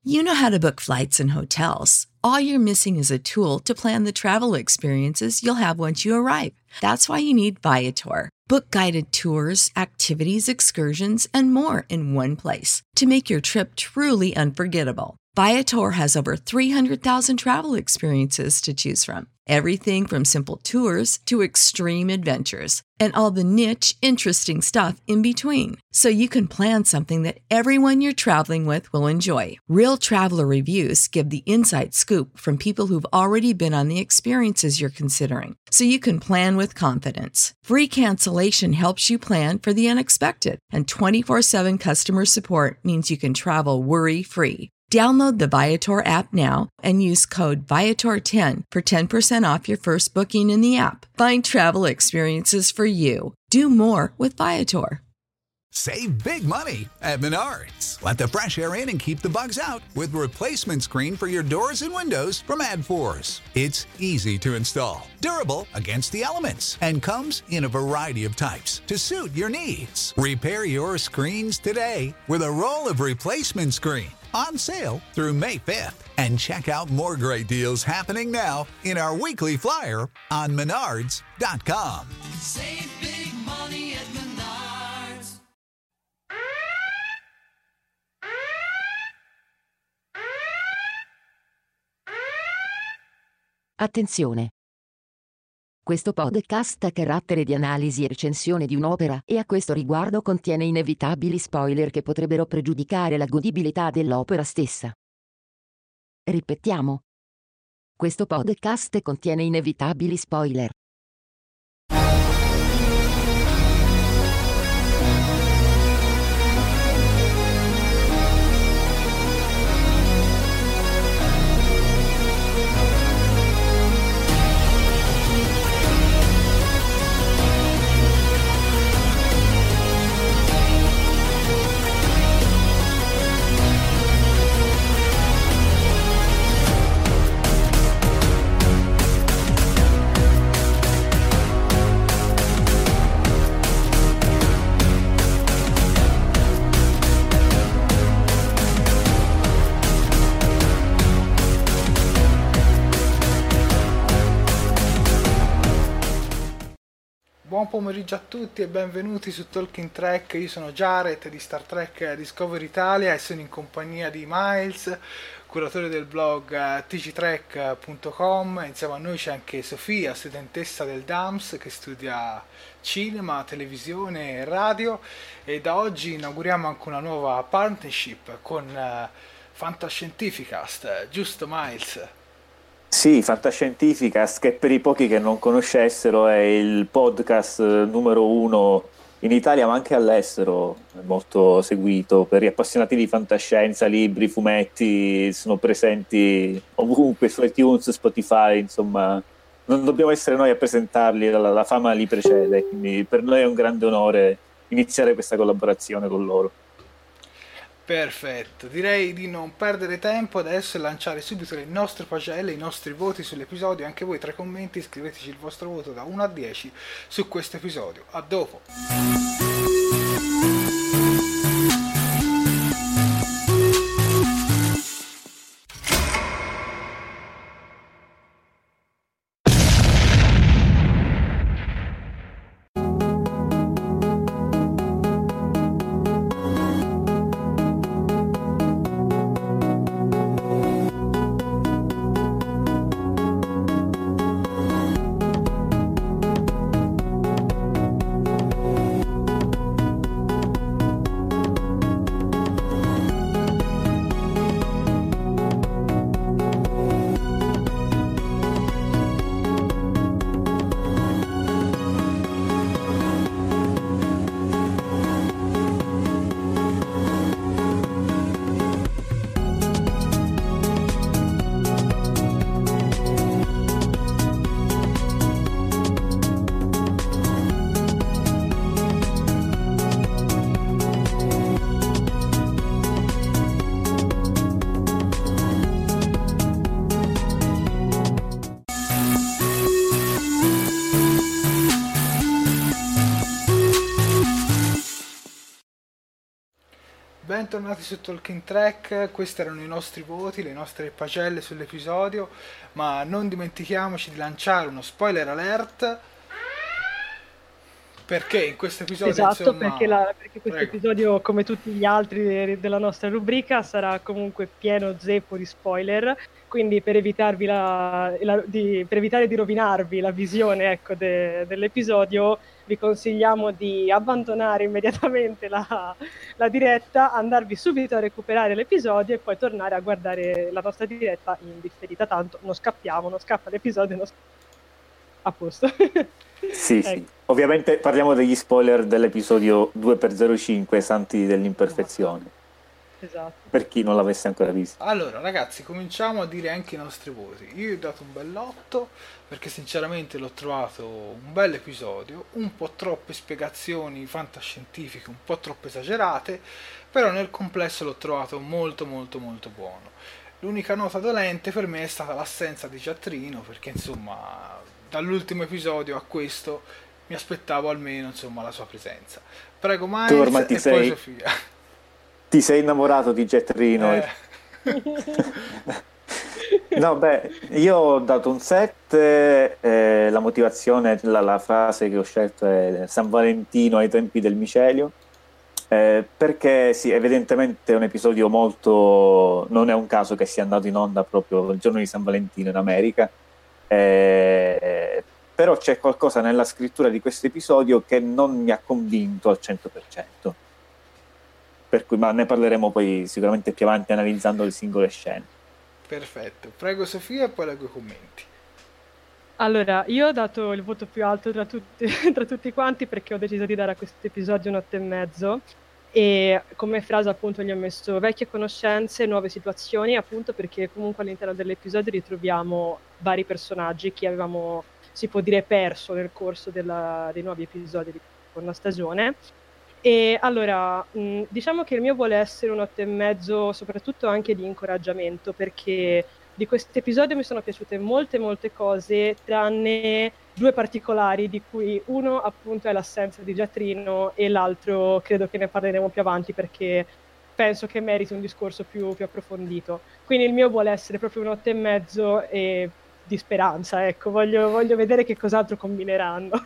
You know how to book flights and hotels. All you're missing is a tool to plan the travel experiences you'll have once you arrive. That's why you need Viator. Book guided tours, activities, excursions, and more in one place to make your trip truly unforgettable. Viator has over 300,000 travel experiences to choose from. Everything from simple tours to extreme adventures and all the niche, interesting stuff in between. So you can plan something that everyone you're traveling with will enjoy. Real traveler reviews give the inside scoop from people who've already been on the experiences you're considering. So you can plan with confidence. Free cancellation helps you plan for the unexpected. And 24/7 customer support means you can travel worry-free. Download the Viator app now and use code Viator10 for 10% off your first booking in the app. Find travel experiences for you. Do more with Viator. Save big money at Menards. Let the fresh air in and keep the bugs out with replacement screen for your doors and windows from AdForce. It's easy to install, durable against the elements, and comes in a variety of types to suit your needs. Repair your screens today with a roll of replacement screen. On sale through May 5th. And check out more great deals happening now in our weekly flyer on Menards.com. Save big money at Menards. Attenzione! Questo podcast ha carattere di analisi e recensione di un'opera e a questo riguardo contiene inevitabili spoiler che potrebbero pregiudicare la godibilità dell'opera stessa. Ripetiamo. Questo podcast contiene inevitabili spoiler. Buon pomeriggio a tutti e benvenuti su Talking Trek. Io sono Jared di Star Trek Discovery Italia e sono in compagnia di Miles, curatore del blog tgtrek.com. Insieme a noi c'è anche Sofia, studentessa del DAMS, che studia cinema, televisione e radio, e da oggi inauguriamo anche una nuova partnership con Fantascientificast, giusto Miles? Sì, Fantascientificast, che per i pochi che non conoscessero è il podcast numero 1 in Italia ma anche all'estero, è molto seguito per gli appassionati di fantascienza, libri, fumetti, sono presenti ovunque su iTunes, Spotify, insomma non dobbiamo essere noi a presentarli, la fama li precede, quindi per noi è un grande onore iniziare questa collaborazione con loro. Perfetto, direi di non perdere tempo adesso e lanciare subito le nostre pagelle, i nostri voti sull'episodio. Anche voi tra i commenti scriveteci il vostro voto da 1 a 10 su questo episodio. A dopo! bentornati su Talking Track. Questi erano i nostri voti, le nostre pagelle sull'episodio, ma non dimentichiamoci di lanciare uno spoiler alert, perché in questo episodio Esatto, insomma... perché questo Prego. episodio, come tutti gli altri della nostra rubrica, sarà comunque pieno zeppo di spoiler, quindi per evitarvi per evitare di rovinarvi la visione, ecco, dell'episodio, vi consigliamo di abbandonare immediatamente la diretta, andarvi subito a recuperare l'episodio e poi tornare a guardare la nostra diretta in differita, tanto non scappiamo, non scappa l'episodio, a posto. Sì, Ecco. sì. Ovviamente parliamo degli spoiler dell'episodio 2x05, Santi dell'Imperfezione, Esatto. per chi non l'avesse ancora visto. Allora ragazzi, cominciamo a dire anche i nostri voti. Io gli ho dato un bell'8 perché sinceramente l'ho trovato un bel episodio, un po' troppe spiegazioni fantascientifiche, un po' troppo esagerate, però nel complesso l'ho trovato molto molto molto buono. L'unica nota dolente per me è stata l'assenza di Giattrino, perché insomma dall'ultimo episodio a questo mi aspettavo almeno insomma la sua presenza. Prego Tu ormai Miles e poi Sofia. Ti sei innamorato di Jetrino? No, beh, io ho dato un 7, la motivazione, la frase che ho scelto è San Valentino ai tempi del micelio, perché sì, evidentemente è un episodio molto... non è un caso che sia andato in onda proprio il giorno di San Valentino in America, però c'è qualcosa nella scrittura di questo episodio che non mi ha convinto al 100%. Per cui, ma ne parleremo poi sicuramente più avanti analizzando le singole scene. Perfetto, prego Sofia e poi leggo i commenti. Allora, io ho dato il voto più alto tra tutti quanti perché ho deciso di dare a questo episodio un 8,5 e come frase appunto gli ho messo vecchie conoscenze, nuove situazioni, appunto perché comunque all'interno dell'episodio ritroviamo vari personaggi che avevamo, si può dire, perso nel corso dei nuovi episodi di seconda stagione. E allora, diciamo che il mio vuole essere un 8,5 soprattutto anche di incoraggiamento, perché di questo episodio mi sono piaciute molte cose, tranne due particolari, di cui uno appunto è l'assenza di Giattrino e l'altro credo che ne parleremo più avanti perché penso che meriti un discorso più approfondito. Quindi il mio vuole essere proprio un 8,5 e di speranza, ecco, voglio vedere che cos'altro combineranno.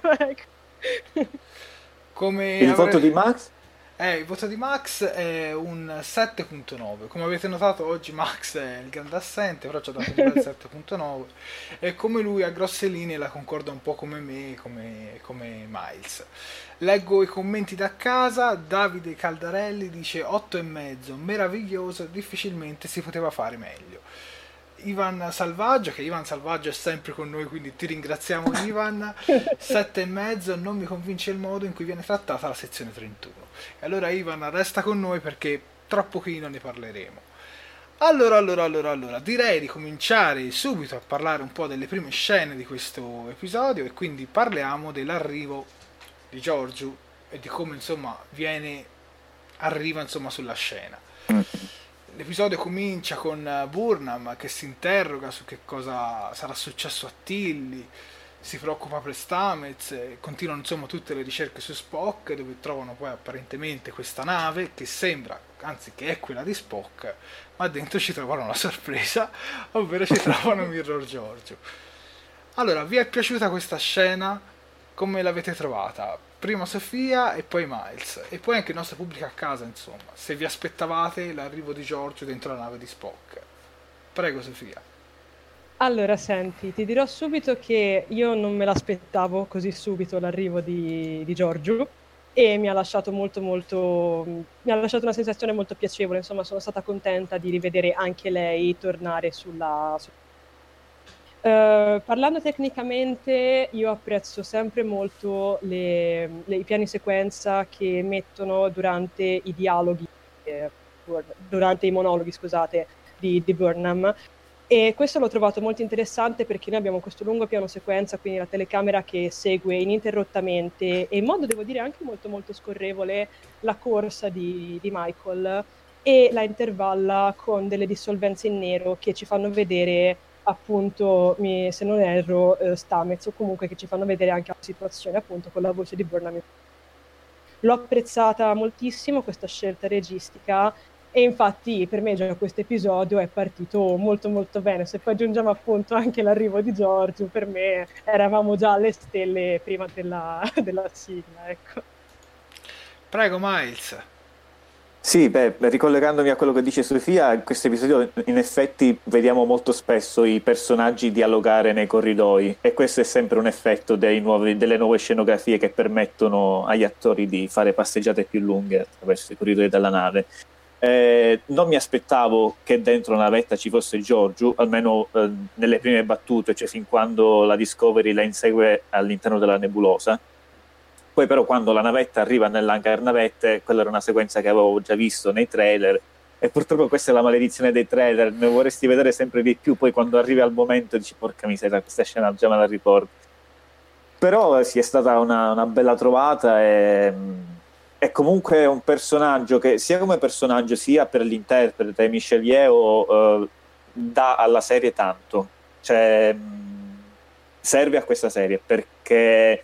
Come Il voto di Max? Il voto di Max è un 7.9. Come avete notato oggi Max è il grande assente, però ci ha dato un bel 7.9 e come lui a grosse linee la concorda un po' come me, come Miles. Leggo i commenti da casa. Davide Caldarelli dice 8,5, meraviglioso, difficilmente si poteva fare meglio. Ivan Salvaggio, che Ivan Salvaggio è sempre con noi, quindi ti ringraziamo Ivan. 7,5, non mi convince il modo in cui viene trattata la sezione 31. E allora Ivan resta con noi perché tra pochino ne parleremo. Allora, direi di cominciare subito a parlare un po' delle prime scene di questo episodio e quindi parliamo dell'arrivo di Giorgio e di come insomma arriva insomma sulla scena. L'episodio comincia con Burnham che si interroga su che cosa sarà successo a Tilly, si preoccupa per Stamets, continuano insomma tutte le ricerche su Spock, dove trovano poi apparentemente questa nave che sembra, anzi che è quella di Spock, ma dentro ci trovano una sorpresa, ovvero ci trovano Mirror Giorgio. Allora, vi è piaciuta questa scena? Come l'avete trovata? Prima Sofia e poi Miles e poi anche il nostro pubblico a casa, insomma, se vi aspettavate l'arrivo di Giorgio dentro la nave di Spock. Prego Sofia. Allora, senti, ti dirò subito che io non me l'aspettavo così subito l'arrivo di Giorgio e mi ha lasciato mi ha lasciato una sensazione molto piacevole, insomma sono stata contenta di rivedere anche lei tornare parlando tecnicamente, io apprezzo sempre molto i piani sequenza che mettono durante i dialoghi, durante i monologhi, scusate, di Burnham. E questo l'ho trovato molto interessante perché noi abbiamo questo lungo piano sequenza, quindi la telecamera che segue ininterrottamente e in modo, devo dire, anche molto scorrevole la corsa di Michael e la intervalla con delle dissolvenze in nero che ci fanno vedere appunto, se non erro, Stamets, o comunque che ci fanno vedere anche la situazione appunto con la voce di Burnham. l'ho apprezzata moltissimo questa scelta registica e infatti per me già questo episodio è partito molto molto bene. Se poi aggiungiamo appunto anche l'arrivo di Giorgio, per me eravamo già alle stelle prima della sigla, ecco. Prego, Miles. Sì, beh, ricollegandomi a quello che dice Sofia, in questo episodio in effetti vediamo molto spesso i personaggi dialogare nei corridoi e questo è sempre un effetto delle nuove scenografie che permettono agli attori di fare passeggiate più lunghe attraverso i corridoi della nave. Non mi aspettavo che dentro la navetta ci fosse Giorgio, almeno nelle prime battute, cioè fin quando la Discovery la insegue all'interno della nebulosa. Poi però quando la navetta arriva nell'hangar navette, quella era una sequenza che avevo già visto nei trailer e purtroppo questa è la maledizione dei trailer, ne vorresti vedere sempre di più, poi quando arrivi al momento dici porca miseria, questa scena già me la ricordo. Però sì, è stata una bella trovata e comunque un personaggio che sia come personaggio sia per l'interprete Michelle Yeoh dà alla serie tanto, cioè serve a questa serie perché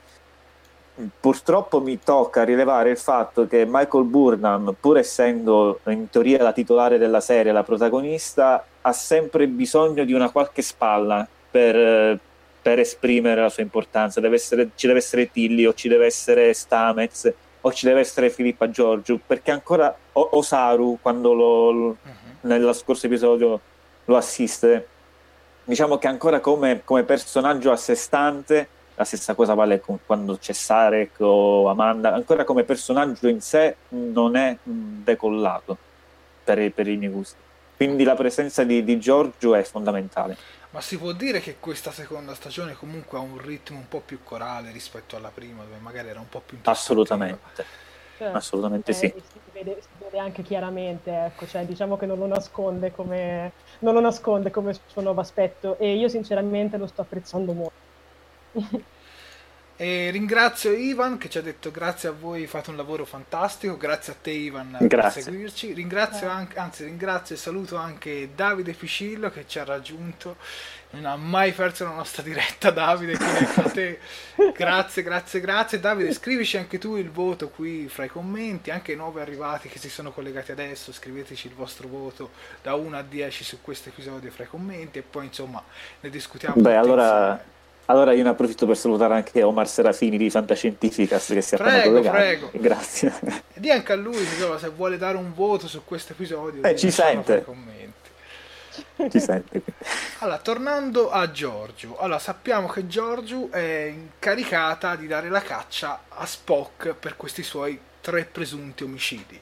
purtroppo mi tocca rilevare il fatto che Michael Burnham, pur essendo in teoria la titolare della serie, la protagonista, ha sempre bisogno di una qualche spalla per esprimere la sua importanza. Ci deve essere Tilly o ci deve essere Stamets o ci deve essere Filippa Georgiou, perché ancora Osaru, quando nello scorso episodio lo assiste, diciamo che ancora come personaggio a sé stante. La stessa cosa vale quando c'è Sarek o Amanda, ancora come personaggio in sé non è decollato per i miei gusti. Quindi la presenza di Giorgio è fondamentale. Ma si può dire che questa seconda stagione comunque ha un ritmo un po' più corale rispetto alla prima, dove magari era un po' più introspettiva? Assolutamente sì. Si vede anche chiaramente, ecco, cioè diciamo che non lo nasconde come suo nuovo aspetto e io sinceramente lo sto apprezzando molto. E ringrazio Ivan che ci ha detto grazie a voi, fate un lavoro fantastico, grazie a te Ivan Grazie. per seguirci, ringrazio e saluto anche Davide Ficillo che ci ha raggiunto, non ha mai perso la nostra diretta. Davide, a te grazie Davide, scrivici anche tu il voto qui fra i commenti, anche i nuovi arrivati che si sono collegati adesso, scriveteci il vostro voto da 1 a 10 su questo episodio fra i commenti e poi insomma ne discutiamo. Allora io ne approfitto per salutare anche Omar Serafini di Fantascientificast che si è appena collegato. Prego. Grazie. E di anche a lui insomma, se vuole dare un voto su questo episodio ci sente. Commenti. Ci sente. Allora, tornando a Giorgio, allora sappiamo che Giorgio è incaricata di dare la caccia a Spock per questi suoi 3 presunti omicidi.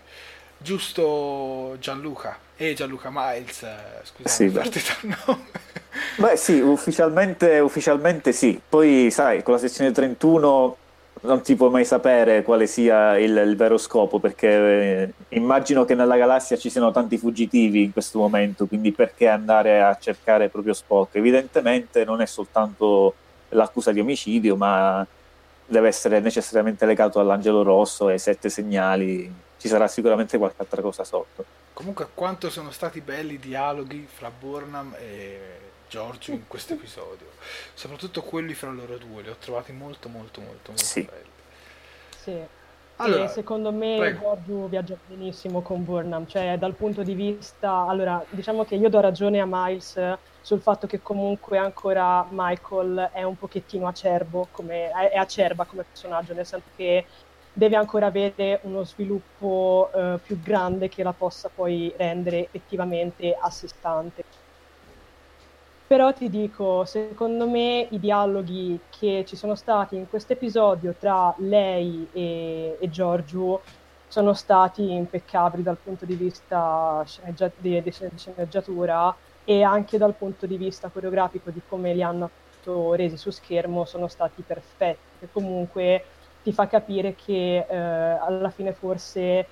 Giusto Gianluca Miles, scusate, sì, partita il nome. Beh sì, ufficialmente sì, poi sai, con la sezione 31 non si può mai sapere quale sia il vero scopo, perché immagino che nella galassia ci siano tanti fuggitivi in questo momento, quindi perché andare a cercare proprio Spock? Evidentemente non è soltanto l'accusa di omicidio, ma deve essere necessariamente legato all'Angelo Rosso e ai 7 segnali, ci sarà sicuramente qualche altra cosa sotto. Comunque quanto sono stati belli i dialoghi fra Burnham e Giorgio in questo episodio, soprattutto quelli fra loro due, li ho trovati molto sì. belli. Sì. Allora, e secondo me prego. Giorgio viaggia benissimo con Burnham, cioè dal punto di vista, allora diciamo che io do ragione a Miles sul fatto che comunque ancora Michael è un pochettino acerbo, è acerba come personaggio, nel senso che deve ancora avere uno sviluppo più grande che la possa poi rendere effettivamente a sé stante. Però ti dico, secondo me i dialoghi che ci sono stati in questo episodio tra lei e Giorgio sono stati impeccabili dal punto di vista di sceneggiatura e anche dal punto di vista coreografico di come li hanno resi su schermo sono stati perfetti, che comunque ti fa capire che alla fine forse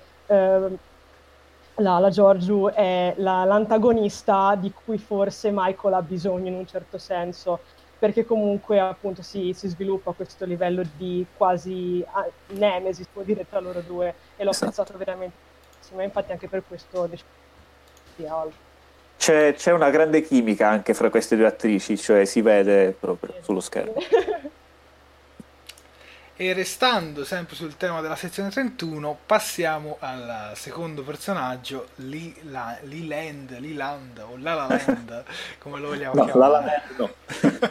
la Giorgio è l'antagonista di cui forse Michael ha bisogno in un certo senso, perché comunque appunto si sviluppa questo livello di quasi nemesi, si può dire, tra loro due, e l'ho apprezzato veramente tantissimo, infatti anche per questo c'è una grande chimica anche fra queste due attrici, cioè si vede proprio sullo schermo. E restando sempre sul tema della sezione 31, passiamo al secondo personaggio, Leland o La La Land, come lo vogliamo No, La La chiamare. Land no.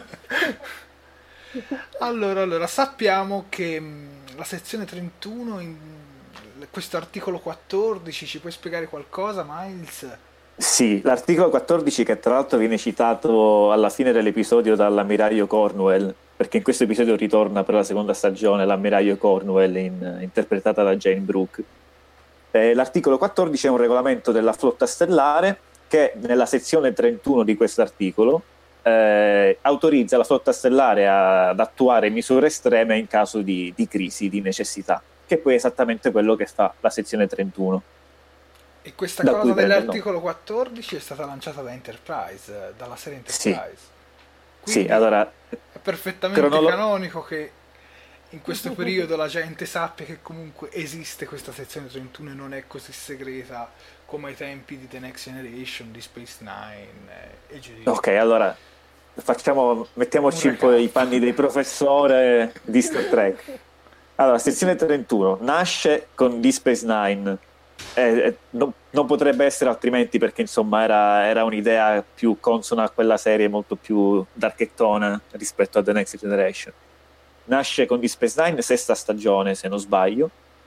Allora, sappiamo che la sezione 31, questo articolo 14, ci puoi spiegare qualcosa, Miles? Sì, l'articolo 14 che tra l'altro viene citato alla fine dell'episodio dall'ammiraglio Cornwell, perché in questo episodio ritorna per la seconda stagione l'ammiraglio Cornwell interpretata da Jane Brooke. L'articolo 14 è un regolamento della flotta stellare che nella sezione 31 di questo articolo autorizza la flotta stellare ad attuare misure estreme in caso di crisi, di necessità, che poi è esattamente quello che fa la sezione 31. E questa Da cosa cui prende il dell'articolo 14 è stata lanciata da Enterprise, dalla serie Sì. Enterprise. Quindi Sì, allora è perfettamente canonico che in questo periodo la gente sappia che comunque esiste questa sezione 31 e non è così segreta come ai tempi di The Next Generation, di Space Nine e giù di lì. Ok, allora mettiamoci un po' i panni del professore di Star Trek. Allora, sezione 31 nasce con Deep Space Nine. Non potrebbe essere altrimenti, perché insomma era un'idea più consona a quella serie, molto più darkettona rispetto a The Next Generation. Nasce con Deep Space Nine, sesta stagione se non sbaglio,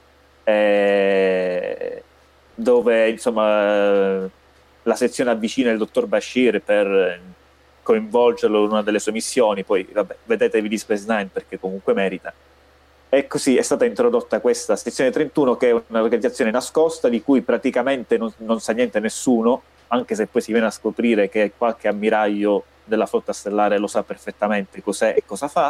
dove insomma la sezione avvicina il dottor Bashir per coinvolgerlo in una delle sue missioni. Poi vabbè, vedetevi Deep Space Nine perché comunque merita. E così è stata introdotta questa sezione 31, che è un'organizzazione nascosta di cui praticamente non sa niente nessuno, anche se poi si viene a scoprire che qualche ammiraglio della flotta stellare lo sa perfettamente cos'è e cosa fa.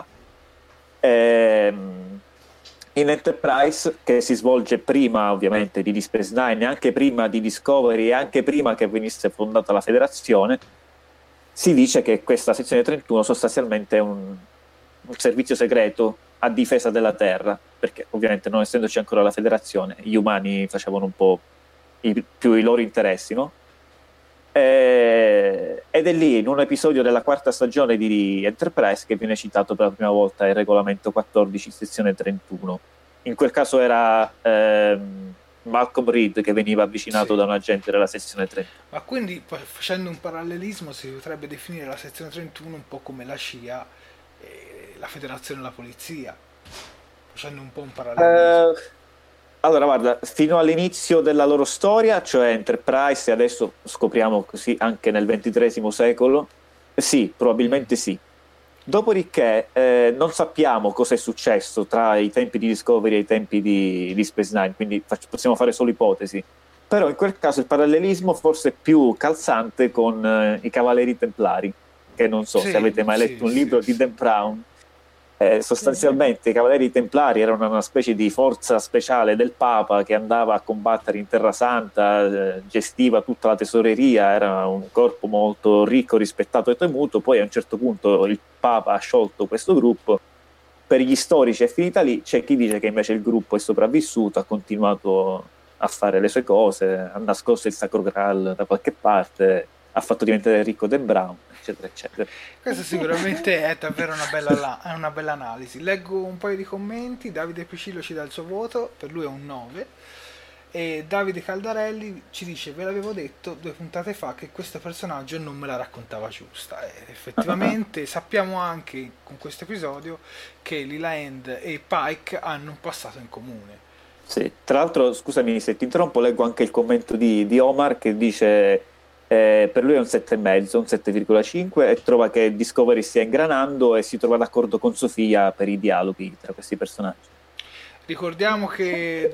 In Enterprise, che si svolge prima ovviamente di Deep Space Nine, e anche prima di Discovery e anche prima che venisse fondata la Federazione, si dice che questa sezione 31 sostanzialmente è un servizio segreto a difesa della Terra, perché ovviamente non essendoci ancora la Federazione, gli umani facevano un po' più i loro interessi, no? Ed è lì, in un episodio della quarta stagione di Enterprise, che viene citato per la prima volta il regolamento 14 sezione 31. In quel caso era Malcolm Reed che veniva avvicinato Sì. da un agente della sezione 31. Ma quindi, facendo un parallelismo, si potrebbe definire la sezione 31 un po' come la CIA e la Federazione e la Polizia, facendo un po' un parallelismo. Allora, guarda, fino all'inizio della loro storia, cioè Enterprise, e adesso scopriamo così anche nel XXIII secolo, sì, probabilmente sì. Dopodiché non sappiamo cosa è successo tra i tempi di Discovery e i tempi di Space Nine, quindi possiamo fare solo ipotesi. Però in quel caso il parallelismo forse è più calzante con i Cavalieri Templari, che non so Sì, se avete mai letto un libro di Dan Brown. Sostanzialmente i Cavalieri Templari erano una specie di forza speciale del Papa che andava a combattere in Terra Santa, gestiva tutta la tesoreria, era un corpo molto ricco, rispettato e temuto. Poi a un certo punto il Papa ha sciolto questo gruppo. Per gli storici è finita lì, c'è chi dice che invece il gruppo è sopravvissuto, ha continuato a fare le sue cose, ha nascosto il Sacro Graal da qualche parte, ha fatto diventare ricco Dan Brown, eccetera eccetera. Questa sicuramente è davvero una bella analisi. Leggo un paio di commenti. Davide Picillo ci dà il suo voto, per lui è un 9. E Davide Caldarelli ci dice: ve l'avevo detto 2 puntate fa che questo personaggio non me la raccontava giusta. E effettivamente sappiamo anche con questo episodio che Leland e Pike hanno un passato in comune. Sì, tra l'altro, scusami se ti interrompo, leggo anche il commento di Omar che dice per lui è un 7,5, un 7,5, e trova che Discovery stia ingranando e si trova d'accordo con Sofia per i dialoghi tra questi personaggi. Ricordiamo che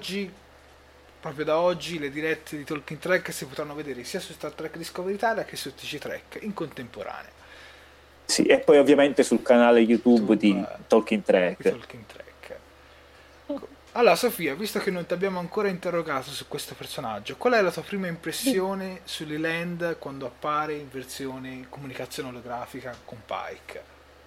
proprio da oggi, le dirette di Talking Trek si potranno vedere sia su Star Trek Discovery Italia che su TC Trek in contemporanea. Sì, e poi ovviamente sul canale YouTube di Talking Trek. Talking Trek. Allora Sofia, visto che non ti abbiamo ancora interrogato su questo personaggio, qual è la tua prima impressione su Leland quando appare in versione comunicazione olografica con Pike?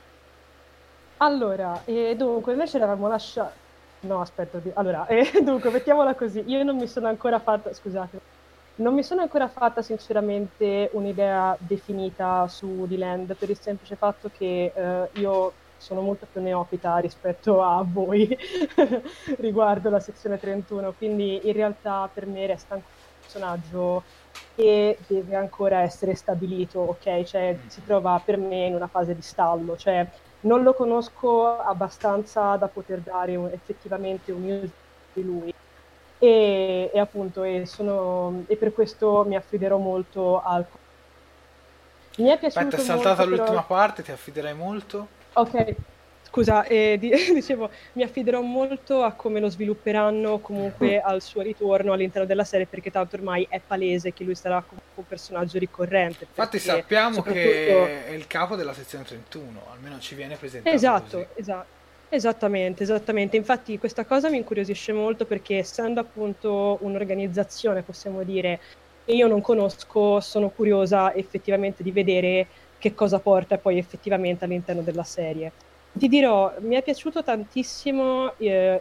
Allora, dunque, noi ci eravamo lasciati... No, aspetta, allora, dunque, mettiamola così. Io non mi sono ancora fatta, scusate, non mi sono ancora fatta sinceramente un'idea definita su Leland, per il semplice fatto che io sono molto più neofita rispetto a voi riguardo la sezione 31, quindi in realtà per me resta ancora un personaggio che deve ancora essere stabilito, ok? Cioè si trova per me in una fase di stallo, cioè non lo conosco abbastanza da poter dare effettivamente un io di lui. E appunto e per questo mi affiderò molto al... Mi è Aspetta, è piaciuto saltata molto però... l'ultima parte, ti affiderai molto? Ok, scusa, dicevo, mi affiderò molto a come lo svilupperanno comunque al suo ritorno all'interno della serie, perché tanto ormai è palese che lui sarà comunque un personaggio ricorrente, Infatti perché sappiamo soprattutto... che è il capo della sezione 31, almeno ci viene presentato così. Esatto. Esattamente. Infatti questa cosa mi incuriosisce molto perché essendo appunto un'organizzazione, possiamo dire, che io non conosco, sono curiosa effettivamente di vedere che cosa porta poi effettivamente all'interno della serie. Ti dirò, mi è piaciuto tantissimo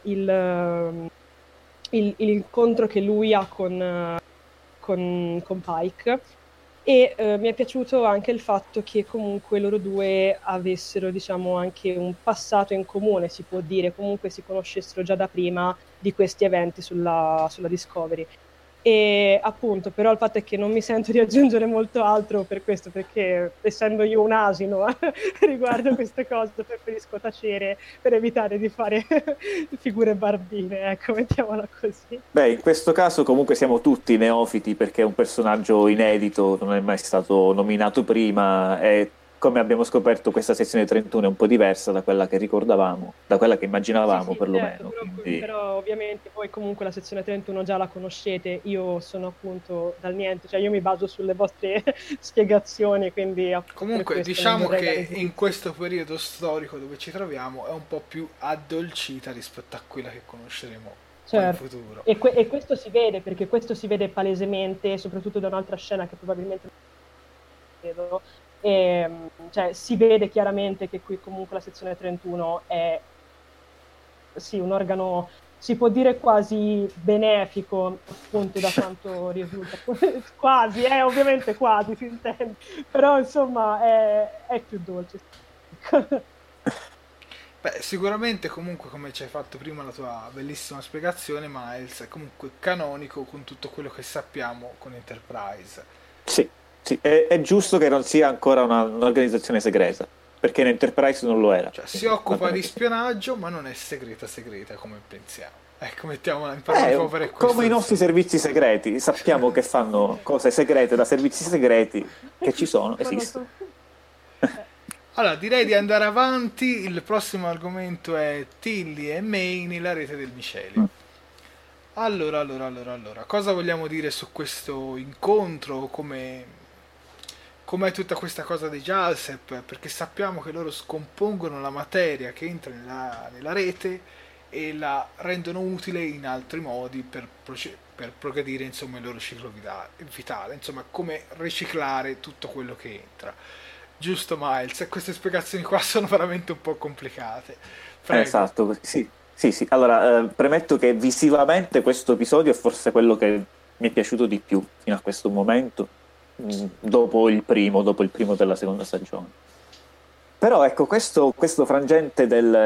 l'incontro che lui ha con Pike e mi è piaciuto anche il fatto che comunque loro due avessero, diciamo, anche un passato in comune, si può dire, comunque si conoscessero già da prima di questi eventi sulla Discovery. E appunto, però il fatto è che non mi sento di aggiungere molto altro per questo, perché essendo io un asino riguardo queste cose, preferisco tacere per evitare di fare figure barbine, ecco, mettiamola così. Beh, in questo caso comunque siamo tutti neofiti perché è un personaggio inedito, non è mai stato nominato prima e come abbiamo scoperto questa sezione 31 è un po' diversa da quella che ricordavamo, da quella che immaginavamo Sì, certo, perlomeno. però, Quindi... però ovviamente voi comunque la sezione 31 già la conoscete, io sono appunto dal niente, cioè io mi baso sulle vostre spiegazioni, quindi per Comunque questo non diciamo vorrei dare che in giudizi. questo periodo storico dove ci troviamo è un po' più addolcita rispetto a quella che conosceremo poi in Certo, futuro. e questo si vede, perché questo si vede palesemente, soprattutto da un'altra scena che probabilmente non vedo, cioè si vede chiaramente che qui comunque la sezione 31 è sì, un organo, si può dire quasi benefico, appunto da quanto risulta, quasi, ovviamente quasi si intende, però insomma è più dolce. Beh, sicuramente comunque come ci hai fatto prima la tua bellissima spiegazione, Miles è comunque canonico con tutto quello che sappiamo con Enterprise. Sì, sì, è giusto che non sia ancora un'organizzazione segreta, perché in Enterprise non lo era. Cioè si Quindi, occupa di così. spionaggio ma non è segreta come pensiamo. Ecco, mettiamola in parole povere Come questo. i nostri servizi segreti, sappiamo che fanno cose segrete da servizi segreti che ci sono, Ma non esistono. Allora, direi di andare avanti. Il prossimo argomento è Tilly e Maine, la rete del Miceli. Allora, cosa vogliamo dire su questo incontro? Com'è tutta questa cosa dei Jalsep? Perché sappiamo che loro scompongono la materia che entra nella rete e la rendono utile in altri modi per progredire insomma il loro ciclo vitale, insomma come riciclare tutto quello che entra. Giusto Miles, e queste spiegazioni qua sono veramente un po' complicate. Prego. Esatto, sì, sì, sì. Allora, premetto che visivamente questo episodio è forse quello che mi è piaciuto di più fino a questo momento, dopo il primo della seconda stagione. Però ecco, questo frangente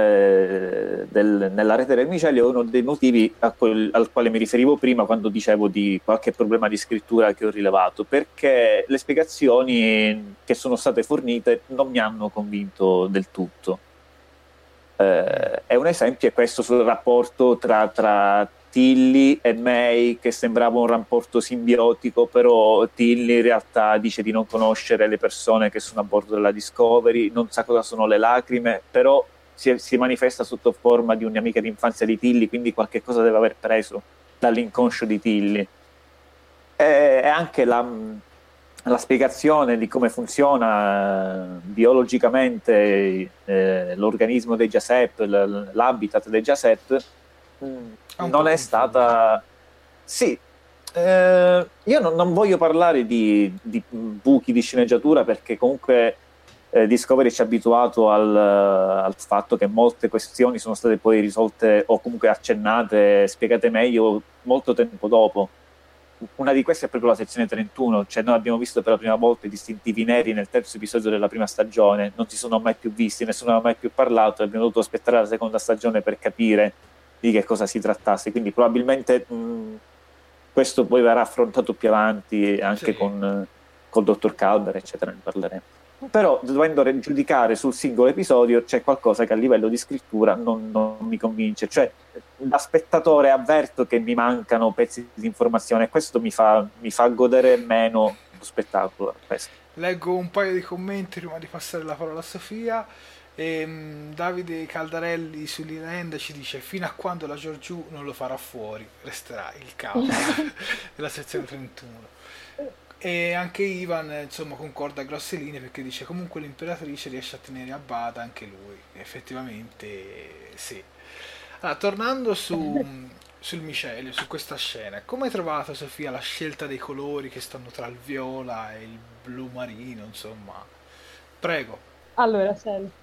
nella rete del micelio è uno dei motivi al quale mi riferivo prima quando dicevo di qualche problema di scrittura che ho rilevato, perché le spiegazioni che sono state fornite non mi hanno convinto del tutto. È un esempio è questo sul rapporto tra Tilly e May, che sembrava un rapporto simbiotico, però Tilly in realtà dice di non conoscere le persone che sono a bordo della Discovery, non sa cosa sono le lacrime, però si manifesta sotto forma di un'amica d'infanzia di Tilly, quindi qualche cosa deve aver preso dall'inconscio di Tilly. E anche la spiegazione di come funziona biologicamente l'organismo dei Jasep, l'habitat dei Jasep, non è stata... Sì, io non voglio parlare di buchi di sceneggiatura perché comunque Discovery ci ha abituato al fatto che molte questioni sono state poi risolte o comunque accennate, spiegate meglio molto tempo dopo. una di queste è proprio la sezione 31, cioè noi abbiamo visto per la prima volta i distintivi neri nel terzo episodio della prima stagione, non si sono mai più visti, nessuno ne ha mai più parlato, e abbiamo dovuto aspettare la seconda stagione per capire di che cosa si trattasse, quindi probabilmente questo poi verrà affrontato più avanti anche Sì. col dottor Calder, eccetera, ne parleremo. Però dovendo giudicare sul singolo episodio c'è qualcosa che a livello di scrittura non mi convince, cioè da spettatore avverto che mi mancano pezzi di informazione e questo mi fa godere meno lo spettacolo. Questo. Leggo un paio di commenti prima di passare la parola a Sofia. Davide Caldarelli sull'Irlanda ci dice: fino a quando la Giorgiù non lo farà fuori resterà il capo della sezione 31. E anche Ivan insomma concorda a grosse linee, perché dice comunque l'imperatrice riesce a tenere a bada anche lui. Effettivamente sì. Allora, tornando sul micelio, su questa scena, come hai trovato, Sofia, la scelta dei colori che stanno tra il viola e il blu marino, insomma? Prego. Allora,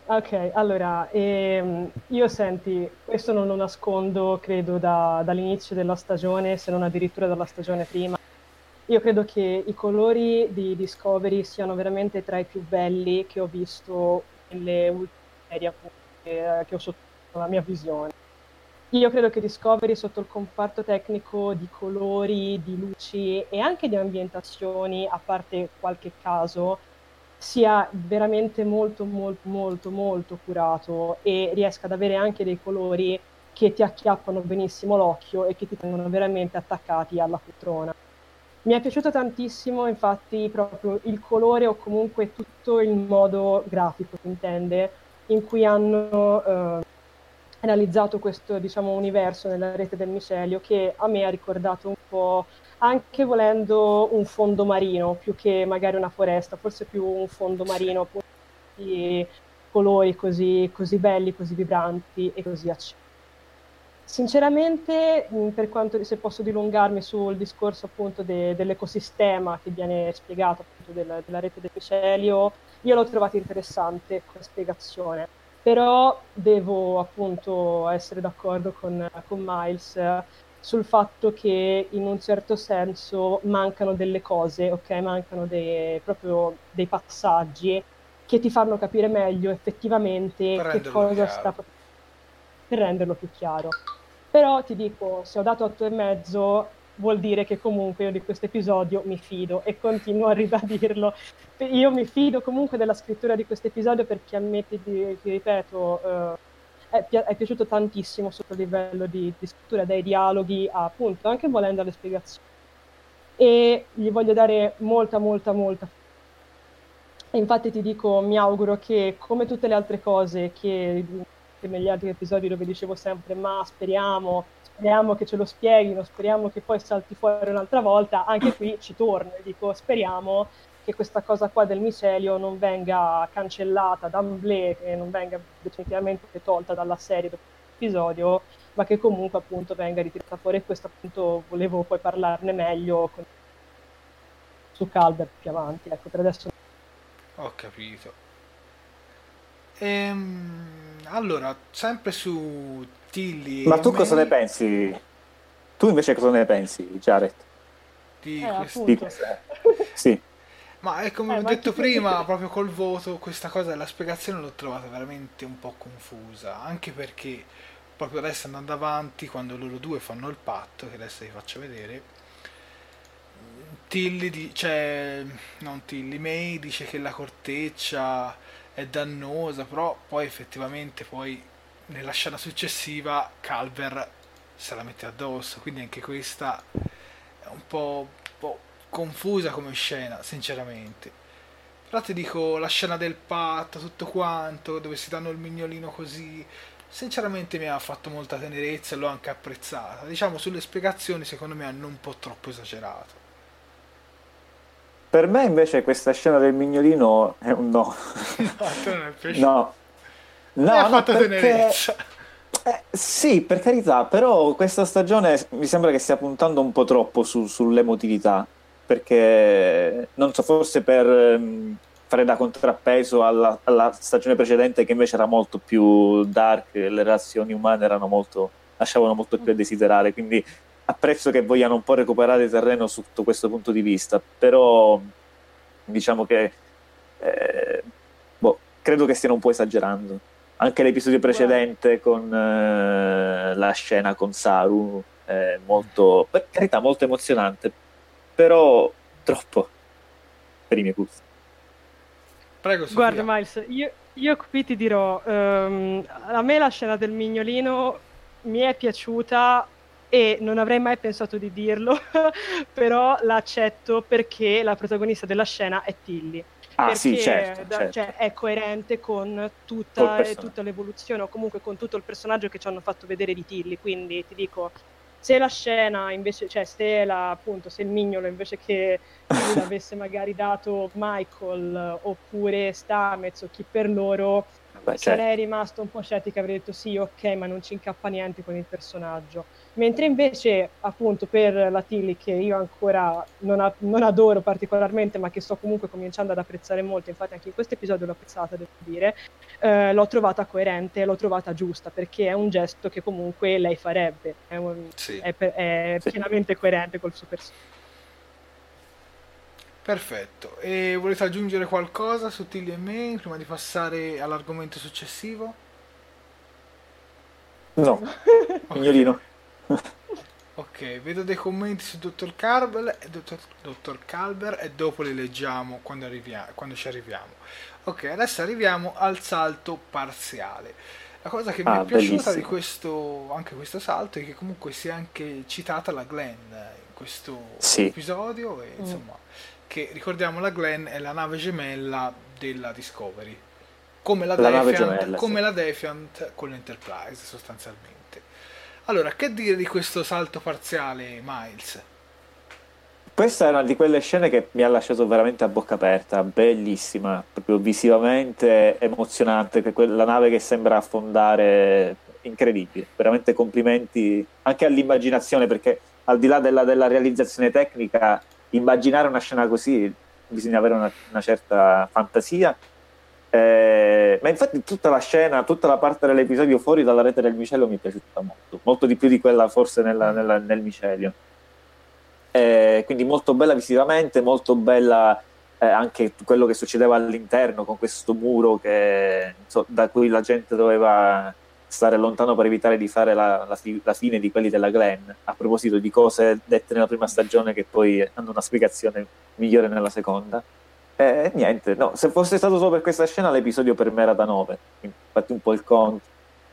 io senti, questo non lo nascondo, credo, dall'inizio della stagione, se non addirittura dalla stagione prima. Io credo che i colori di Discovery siano veramente tra i più belli che ho visto nelle ultime serie, appunto, che ho sotto la mia visione. Io credo che Discovery, sotto il comparto tecnico di colori, di luci e anche di ambientazioni, a parte qualche caso, sia veramente molto molto molto molto curato e riesca ad avere anche dei colori che ti acchiappano benissimo l'occhio e che ti tengono veramente attaccati alla poltrona. Mi è piaciuto tantissimo, infatti, proprio il colore o comunque tutto il modo grafico, si intende, in cui hanno realizzato questo, diciamo, universo nella rete del micelio, che a me ha ricordato un po', anche volendo, un fondo marino, più che magari una foresta, forse più un fondo marino, appunto, di colori così belli, così vibranti e così accesi. Sinceramente, per quanto, se posso dilungarmi sul discorso appunto dell'ecosistema che viene spiegato appunto della rete del micelio, io l'ho trovato interessante come spiegazione, però devo appunto essere d'accordo con Miles sul fatto che in un certo senso mancano delle cose, ok? Mancano proprio dei passaggi che ti fanno capire meglio effettivamente Per che renderlo cosa chiaro. per renderlo più chiaro. Però ti dico, se ho dato 8,5 vuol dire che comunque io di questo episodio mi fido e continuo a ribadirlo. Io mi fido comunque della scrittura di questo episodio perché a me, ti ripeto, è piaciuto tantissimo sotto il livello di scrittura, dai dialoghi appunto, anche volendo alle spiegazioni. E gli voglio dare molta e infatti ti dico, mi auguro che, come tutte le altre cose che negli altri episodi dove dicevo sempre ma speriamo che ce lo spieghino, speriamo che poi salti fuori un'altra volta, anche qui ci torno e dico speriamo che questa cosa qua del micelio non venga cancellata d'emblée, che non venga definitivamente tolta dalla serie dopo l'episodio, ma che comunque appunto venga ritirata fuori, e questo appunto volevo poi parlarne meglio su Calder più avanti, ecco, per adesso. Ho capito. Allora, sempre su Tilly Ma e tu cosa ne May pensi? Tu invece cosa ne pensi, Jared? di Di Appunto. sì. Ma è come ho ma detto anche- prima, proprio col voto, questa cosa della spiegazione l'ho trovata veramente un po' confusa, anche perché proprio adesso andando avanti, quando loro due fanno il patto, che adesso vi faccio vedere, non Tilly, May dice che la corteccia è dannosa, però poi effettivamente poi nella scena successiva Calver se la mette addosso, quindi anche questa è un po' confusa come scena, sinceramente. Però ti dico, la scena del patto, tutto quanto, dove si danno il mignolino così, sinceramente mi ha fatto molta tenerezza e l'ho anche apprezzata. Diciamo, sulle spiegazioni secondo me hanno un po' troppo esagerato. Per me invece questa scena del mignolino è un no. A te non è piaciuto? No. Mi ha fatto perché... tenerezza. Sì, per carità, però questa stagione mi sembra che stia puntando un po' troppo sull'emotività, perché non so, forse per fare da contrappeso alla stagione precedente, che invece era molto più dark, le relazioni umane lasciavano molto più a desiderare, quindi apprezzo che vogliano un po' recuperare terreno sotto questo punto di vista, però diciamo che credo che stiano un po' esagerando. Anche l'episodio precedente con la scena con Saru è molto, per carità, molto emozionante, però troppo per i miei gusti. Prego, Sofia. Guarda Miles, io qui ti dirò, a me la scena del mignolino mi è piaciuta e non avrei mai pensato di dirlo, però l'accetto perché la protagonista della scena è Tilly. Ah Perché sì, certo. cioè, è coerente con Col tutta personaggio. l'evoluzione o comunque con tutto il personaggio che ci hanno fatto vedere di Tilly, quindi ti dico, se la scena invece, cioè appunto, se il mignolo invece che lui l'avesse magari dato Michael oppure Stamez o chi per loro, Beh, sarei certo. rimasto un po' scettica, avrei detto sì, ok, ma non ci incappa niente con il personaggio. Mentre invece, appunto, per la Tilly, che io ancora non adoro particolarmente, ma che sto comunque cominciando ad apprezzare molto, infatti anche in questo episodio l'ho apprezzata, devo dire, l'ho trovata coerente, l'ho trovata giusta, perché è un gesto che comunque lei farebbe, Sì. è Sì. pienamente coerente col suo personaggio. Perfetto. E volete aggiungere qualcosa su Tilly e May prima di passare all'argomento successivo? No, mignolino. Ok, vedo dei commenti su Dottor Calber e Dottor Calber e dopo li leggiamo quando ci arriviamo. Ok, adesso arriviamo al salto parziale. La cosa che mi è piaciuta di Bellissimo. anche questo salto è che comunque sia anche citata la Glenn in questo Sì. episodio e insomma, che ricordiamo la Glenn è la nave gemella della Discovery, come la nave Defiant, gemella, come sì. la Defiant con l'Enterprise sostanzialmente. Allora, che dire di questo salto parziale, Miles? Questa è una di quelle scene che mi ha lasciato veramente a bocca aperta, bellissima, proprio visivamente emozionante, la nave che sembra affondare, incredibile, veramente complimenti anche all'immaginazione, perché al di là della realizzazione tecnica, immaginare una scena così bisogna avere una certa fantasia. Ma infatti tutta la scena, tutta la parte dell'episodio fuori dalla rete del micelio mi è piaciuta molto di più di quella forse nel micelio. Quindi molto bella visivamente, molto bella anche quello che succedeva all'interno con questo muro da cui la gente doveva stare lontano per evitare di fare la fine di quelli della Glenn. A proposito di cose dette nella prima stagione che poi hanno una spiegazione migliore nella seconda. Niente, no, se fosse stato solo per questa scena l'episodio per me era da 9, infatti un po' il conto.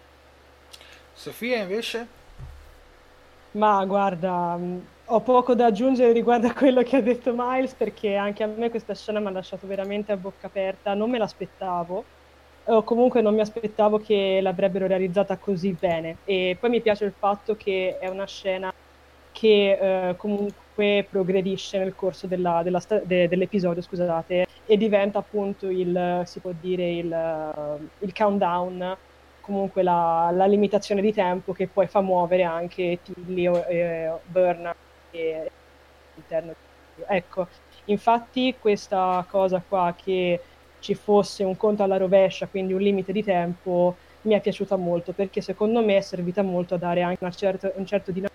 Sofia invece? Ma guarda, ho poco da aggiungere riguardo a quello che ha detto Miles, perché anche a me questa scena mi ha lasciato veramente a bocca aperta, non me l'aspettavo, o comunque non mi aspettavo che l'avrebbero realizzata così bene. E poi mi piace il fatto che è una scena che comunque progredisce nel corso dell'episodio, scusate, e diventa appunto si può dire il countdown, comunque la limitazione di tempo che poi fa muovere anche Tilly e Burnham all'interno. Ecco, infatti questa cosa qua che ci fosse un conto alla rovescia, quindi un limite di tempo, mi è piaciuta molto, perché secondo me è servita molto a dare anche un certo dinamismo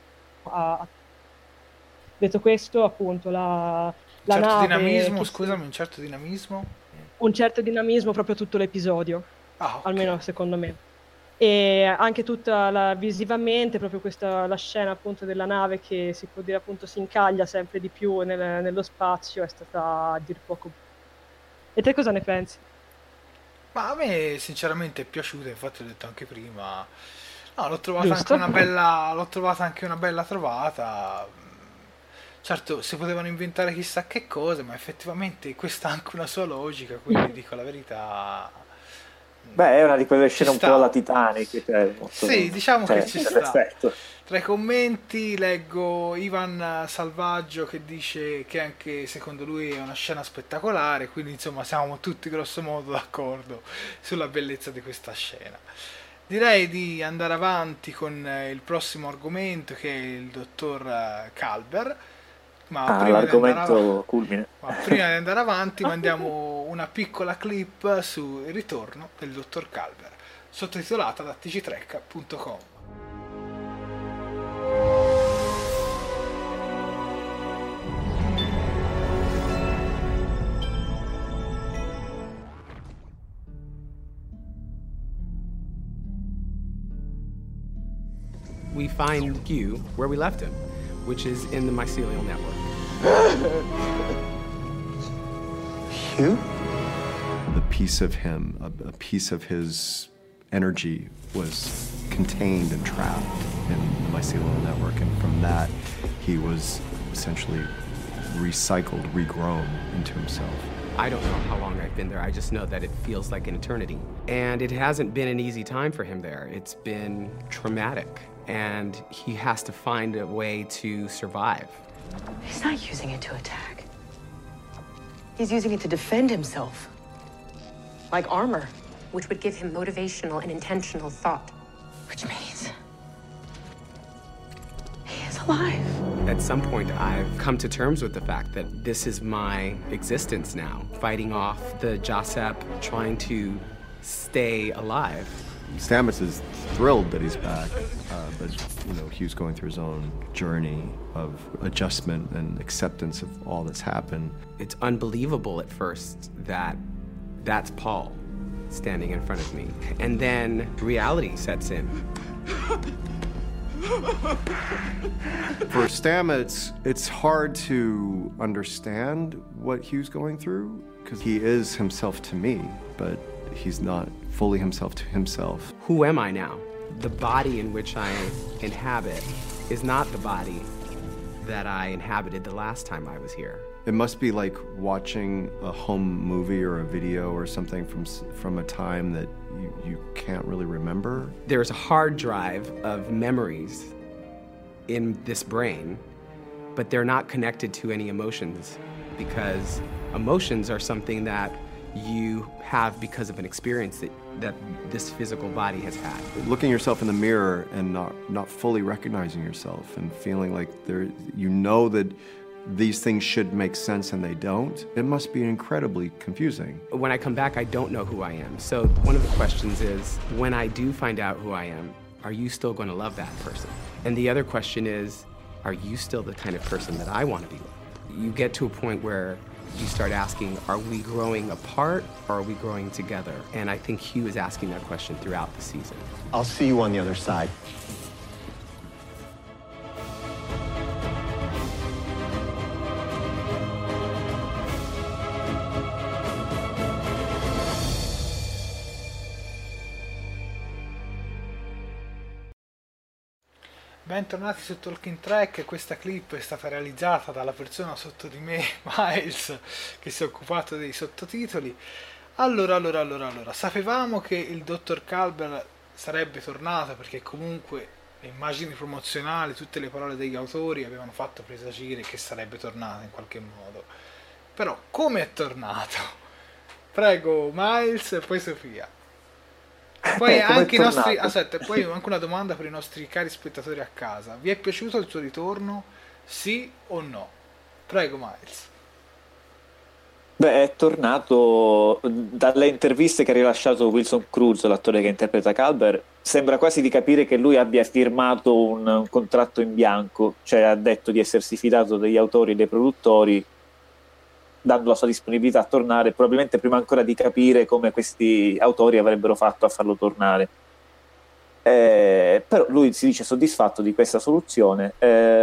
detto questo, appunto, la certo nave... dinamismo, scusami, un certo dinamismo? Un certo dinamismo proprio tutto l'episodio, Ah, ok. almeno secondo me. E anche visivamente, proprio la scena appunto della nave che si può dire appunto si incaglia sempre di più nello spazio è stata a dir poco. E te cosa ne pensi? Ma a me sinceramente è piaciuta, infatti l'ho detto anche prima. No, l'ho trovata Giusto? l'ho trovata anche una bella trovata. Certo, si potevano inventare chissà che cosa, ma effettivamente questa ha anche una sua logica, quindi dico la verità. Beh, è una di quelle Ci scene un po' alla sta. Titanic, cioè, molto, Sì, diciamo che cioè, ci c'è sta. l'effetto. Tra i commenti leggo Ivan Salvaggio che dice che anche secondo lui è una scena spettacolare, quindi insomma siamo tutti grosso modo d'accordo sulla bellezza di questa scena. Direi di andare avanti con il prossimo argomento che è il dottor Calber, ma L'argomento culmine. prima di andare avanti mandiamo una piccola clip sul ritorno del dottor Calber, sottotitolata da tgtrek.com. we find Hugh where we left him, which is in the mycelial network. Hugh? The piece of him, a piece of his energy was contained and trapped in the mycelial network, and from that, he was essentially recycled, regrown into himself. I don't know how long I've been there. I just know that it feels like an eternity. And it hasn't been an easy time for him there. It's been traumatic, and he has to find a way to survive. He's not using it to attack. He's using it to defend himself. Like armor. Which would give him motivational and intentional thought. Which means he is alive. At some point, I've come to terms with the fact that this is my existence now, fighting off the Josep, trying to stay alive. Stamets is thrilled that he's back, but Hugh's going through his own journey of adjustment and acceptance of all that's happened. It's unbelievable at first that that's Paul standing in front of me. And then reality sets in. For Stamets, it's hard to understand what Hugh's going through, because he is himself to me, but he's not fully himself to himself. Who am I now? The body in which I inhabit is not the body that I inhabited the last time I was here. It must be like watching a home movie or a video or something from a time that you can't really remember. There's a hard drive of memories in this brain, but they're not connected to any emotions, because emotions are something that you have because of an experience that this physical body has had. Looking yourself in the mirror and not fully recognizing yourself and feeling like that these things should make sense and they don't, it must be incredibly confusing. When I come back, I don't know who I am. So one of the questions is, when I do find out who I am, are you still going to love that person? And the other question is, are you still the kind of person that I want to be with? You get to a point where you start asking, are we growing apart or are we growing together? And I think Hugh is asking that question throughout the season. I'll see you on the other side. Bentornati su Talking Track. Questa clip è stata realizzata dalla persona sotto di me, Miles, che si è occupato dei sottotitoli. Allora, sapevamo che il dottor Culber sarebbe tornato, perché comunque le immagini promozionali, tutte le parole degli autori avevano fatto presagire che sarebbe tornato in qualche modo. Però come è tornato? Prego Miles e poi Sofia. Poi anche poi anche una domanda per i nostri cari spettatori a casa. Vi è piaciuto il suo ritorno? Sì o no? Prego Miles. Beh, è tornato dalle interviste che ha rilasciato Wilson Cruz, l'attore che interpreta Culber. Sembra quasi di capire che lui abbia firmato un contratto in bianco, cioè ha detto di essersi fidato degli autori e dei produttori, dando la sua disponibilità a tornare, probabilmente prima ancora di capire come questi autori avrebbero fatto a farlo tornare. Però lui si dice soddisfatto di questa soluzione.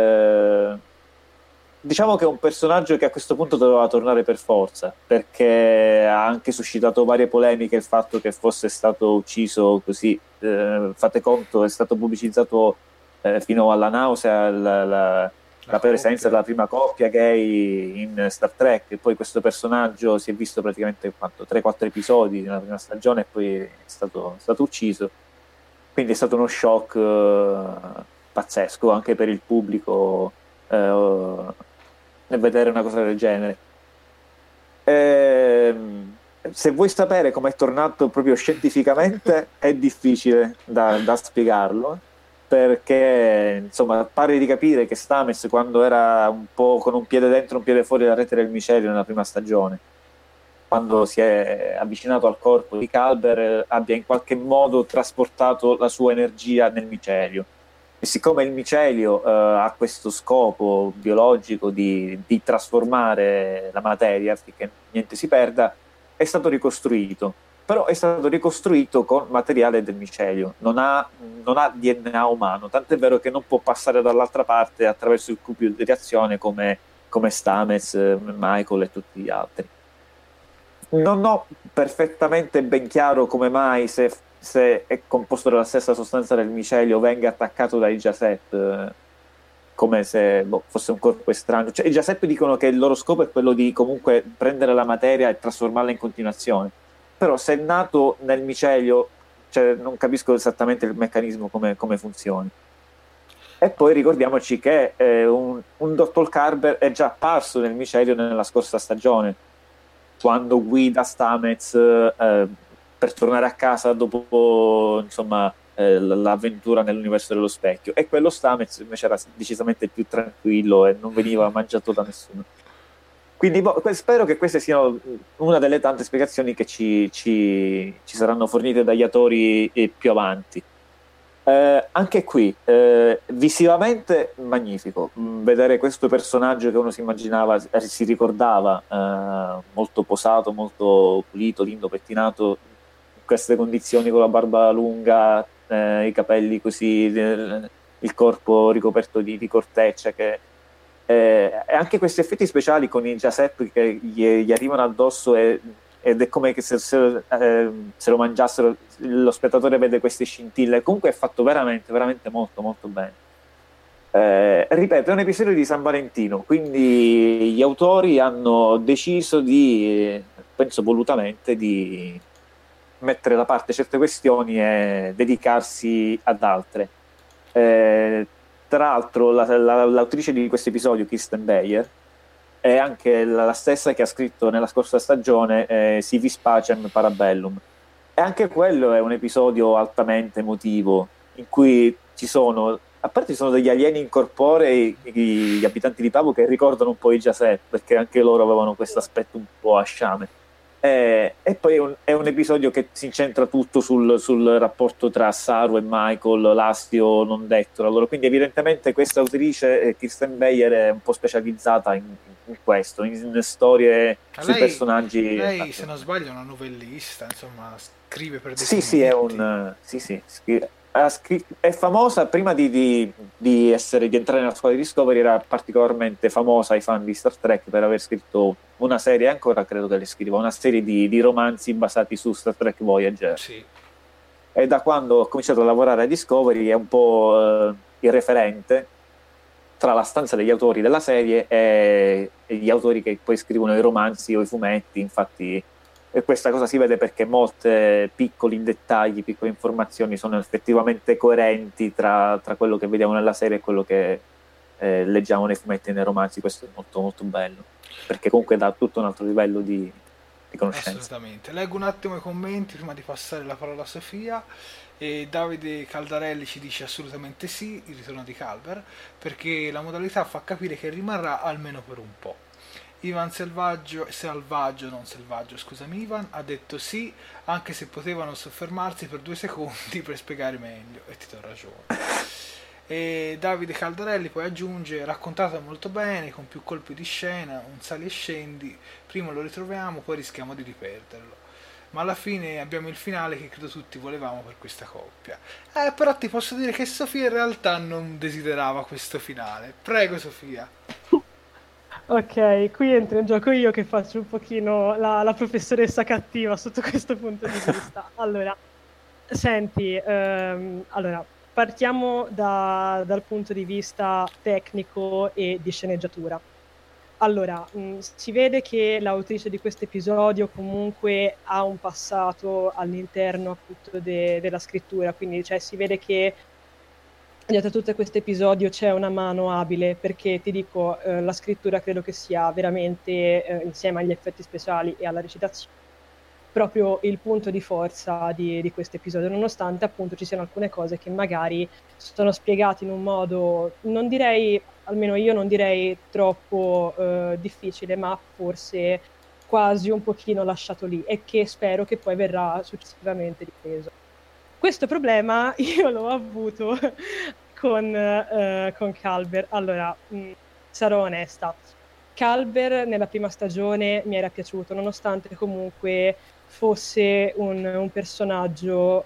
Diciamo che è un personaggio che a questo punto doveva tornare per forza, perché ha anche suscitato varie polemiche il fatto che fosse stato ucciso così. Fate conto, è stato pubblicizzato fino alla nausea la presenza della prima coppia gay in Star Trek, e poi questo personaggio si è visto praticamente 3-4 episodi nella prima stagione e poi è stato ucciso. Quindi è stato uno shock pazzesco anche per il pubblico nel vedere una cosa del genere. Se vuoi sapere come è tornato proprio scientificamente è difficile da spiegarlo, perché insomma pare di capire che Stamets, quando era un po' con un piede dentro un piede fuori dalla rete del micelio nella prima stagione, quando si è avvicinato al corpo di Culber, abbia in qualche modo trasportato la sua energia nel micelio, e siccome il micelio ha questo scopo biologico di trasformare la materia affinché niente si perda, è stato ricostruito. però è stato ricostruito con materiale del micelio, non ha DNA umano, tant'è vero che non può passare dall'altra parte attraverso il cubio di reazione come Stamets, Michael e tutti gli altri. Non ho perfettamente ben chiaro come mai, se è composto dalla stessa sostanza del micelio, venga attaccato dai Jasep, come se fosse un corpo estraneo. Cioè, i Jasep dicono che il loro scopo è quello di comunque prendere la materia e trasformarla in continuazione, però se è nato nel micelio, cioè, non capisco esattamente il meccanismo come funzioni. E poi ricordiamoci che un Dr. Carver è già apparso nel micelio nella scorsa stagione, quando guida Stamets per tornare a casa dopo, insomma, l'avventura nell'universo dello specchio, e quello Stamets invece era decisamente più tranquillo e non veniva mangiato da nessuno. Quindi spero che queste siano una delle tante spiegazioni che ci saranno fornite dagli autori più avanti. Anche qui visivamente magnifico vedere questo personaggio che uno si immaginava, si ricordava molto posato, molto pulito, lindo, pettinato, in queste condizioni, con la barba lunga, i capelli così, il corpo ricoperto di corteccia, e anche questi effetti speciali con i Jasep che gli arrivano addosso ed è come che se lo mangiassero, lo spettatore vede queste scintille. Comunque è fatto veramente, veramente molto, molto bene. Ripeto, è un episodio di San Valentino, quindi gli autori hanno deciso penso volutamente, di mettere da parte certe questioni e dedicarsi ad altre. Tra l'altro l'autrice di questo episodio, Kirsten Beyer, è anche la stessa che ha scritto nella scorsa stagione Si vis pacem parabellum, e anche quello è un episodio altamente emotivo, in cui ci sono degli alieni incorporei, gli abitanti di Pavo, che ricordano un po' i Jasep, perché anche loro avevano questo aspetto un po' a sciame. E poi è un episodio che si incentra tutto sul rapporto tra Saru e Michael, l'astio non detto da loro. Quindi evidentemente questa autrice, Kirsten Beyer, è un po' specializzata in questo, in storie sui personaggi. Lei, se non sbaglio, è una novellista, insomma, scrive per dei fumetti. È famosa prima di entrare nella squadra di Discovery. Era particolarmente famosa ai fan di Star Trek per aver scritto una serie, ancora credo che le scriva, una serie di romanzi basati su Star Trek Voyager. Sì. E da quando ho cominciato a lavorare a Discovery è un po' il referente tra la stanza degli autori della serie e gli autori che poi scrivono i romanzi o i fumetti. Infatti, e questa cosa si vede perché molte piccoli dettagli, piccole informazioni sono effettivamente coerenti tra quello che vediamo nella serie e quello che leggiamo nei fumetti e nei romanzi. Questo è molto molto bello, perché comunque dà tutto un altro livello di conoscenza. Assolutamente. Leggo un attimo i commenti prima di passare la parola a Sofia. E Davide Caldarelli ci dice assolutamente sì, il ritorno di Calber, perché la modalità fa capire che rimarrà almeno per un po'. Ivan Ivan ha detto sì, anche se potevano soffermarsi per 2 secondi per spiegare meglio, e ti do ragione. E Davide Caldarelli poi aggiunge: raccontato molto bene, con più colpi di scena, un sali e scendi, prima lo ritroviamo, poi rischiamo di riperderlo, ma alla fine abbiamo il finale che credo tutti volevamo per questa coppia. Però ti posso dire che Sofia in realtà non desiderava questo finale. Prego Sofia. Ok, qui entro in gioco io che faccio un pochino la professoressa cattiva sotto questo punto di vista. Allora, senti, allora, partiamo dal punto di vista tecnico e di sceneggiatura. Allora, si vede che l'autrice di questo episodio comunque ha un passato all'interno appunto della scrittura, quindi cioè, si vede che dietro a tutto questo episodio c'è una mano abile, perché ti dico, la scrittura credo che sia veramente, insieme agli effetti speciali e alla recitazione, proprio il punto di forza di questo episodio, nonostante appunto ci siano alcune cose che magari sono spiegate in un modo, non direi, almeno io non direi troppo difficile, ma forse quasi un pochino lasciato lì, e che spero che poi verrà successivamente ripreso. Questo problema io l'ho avuto con Calber. Allora, sarò onesta. Calber nella prima stagione mi era piaciuto, nonostante comunque fosse un personaggio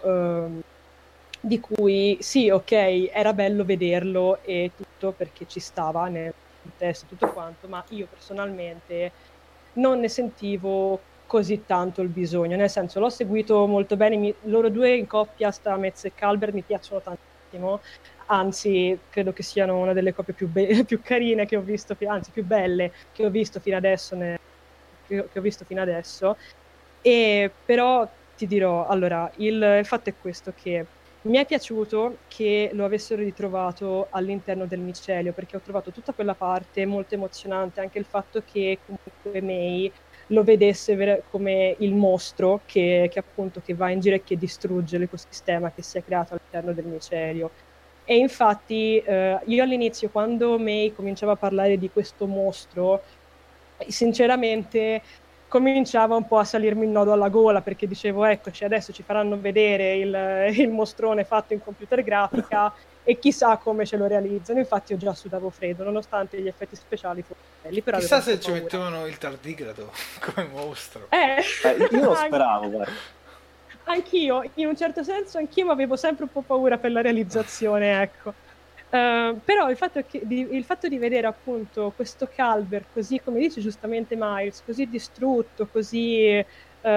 di cui sì, ok, era bello vederlo e tutto perché ci stava nel contesto e tutto quanto, ma io personalmente non ne sentivo così tanto il bisogno, nel senso l'ho seguito molto bene, loro due in coppia, Stamets e Calvert, mi piacciono tantissimo, anzi credo che siano una delle coppie più carine che ho visto, anzi più belle che ho visto fino adesso, che ho visto fino adesso. E però ti dirò, allora, il fatto è questo, che mi è piaciuto che lo avessero ritrovato all'interno del micelio, perché ho trovato tutta quella parte molto emozionante, anche il fatto che comunque May lo vedesse come il mostro che appunto che va in giro e che distrugge l'ecosistema che si è creato all'interno del micelio. E infatti io all'inizio, quando May cominciava a parlare di questo mostro, sinceramente cominciava un po' a salirmi il nodo alla gola, perché dicevo, eccoci, adesso ci faranno vedere il mostrone fatto in computer grafica e chissà come ce lo realizzano. Infatti io già sudavo freddo, nonostante gli effetti speciali fossero belli. Però chissà se ci mettevano il tardigrado come mostro. Io lo speravo, guarda. Anch'io, in un certo senso, anch'io avevo sempre un po' paura per la realizzazione, ecco. Però il fatto di vedere appunto questo Calvert così, come dice giustamente Miles, così distrutto, così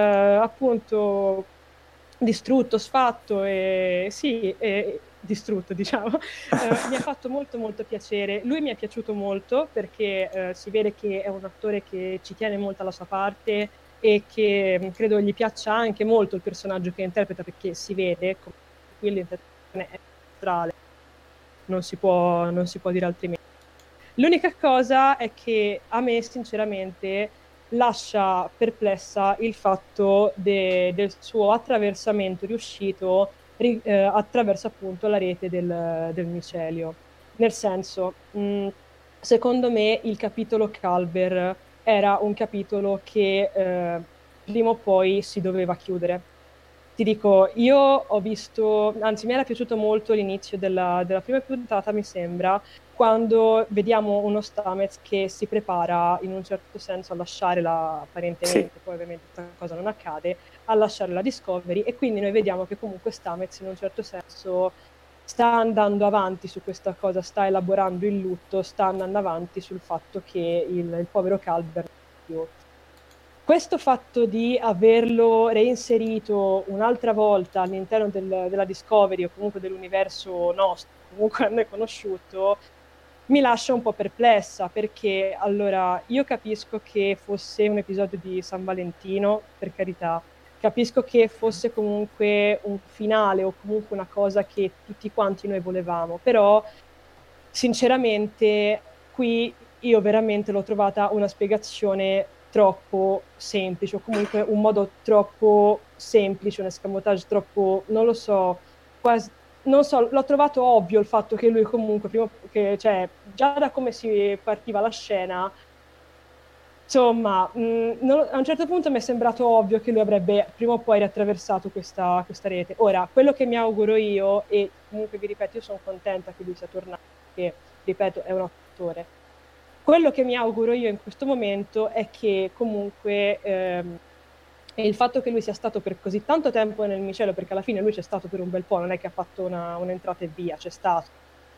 appunto distrutto, sfatto e sì, distrutto diciamo, mi ha fatto molto molto piacere. Lui mi è piaciuto molto perché si vede che è un attore che ci tiene molto alla sua parte e che credo gli piaccia anche molto il personaggio che interpreta, perché si vede come qui l'interpretazione è magistrale. Non si può dire altrimenti. L'unica cosa è che a me sinceramente lascia perplessa il fatto del suo attraversamento riuscito attraverso appunto la rete del micelio. Nel senso, secondo me il capitolo Calvert era un capitolo che prima o poi si doveva chiudere. Ti dico, io ho visto, anzi mi era piaciuto molto l'inizio della prima puntata, mi sembra, quando vediamo uno Stamets che si prepara in un certo senso a lasciare apparentemente, Sì. poi ovviamente questa cosa non accade, a lasciare la Discovery, e quindi noi vediamo che comunque Stamets in un certo senso sta andando avanti su questa cosa, sta elaborando il lutto, sta andando avanti sul fatto che il povero Calvert non è più. Questo fatto di averlo reinserito un'altra volta all'interno della Discovery o comunque dell'universo nostro, comunque a noi conosciuto, mi lascia un po' perplessa, perché allora io capisco che fosse un episodio di San Valentino, per carità, capisco che fosse comunque un finale o comunque una cosa che tutti quanti noi volevamo, però sinceramente qui io veramente l'ho trovata una spiegazione troppo semplice, o comunque un modo troppo semplice, un escamotage troppo, non lo so, quasi, non so, l'ho trovato ovvio il fatto che lui comunque, prima che, cioè, già da come si partiva la scena, insomma, a un certo punto mi è sembrato ovvio che lui avrebbe prima o poi riattraversato questa rete. Ora, quello che mi auguro io, e comunque vi ripeto, io sono contenta che lui sia tornato, perché, ripeto, è un attore. Quello che mi auguro io in questo momento è che comunque il fatto che lui sia stato per così tanto tempo nel micelio, perché alla fine lui c'è stato per un bel po', non è che ha fatto un'entrata e via, c'è stato.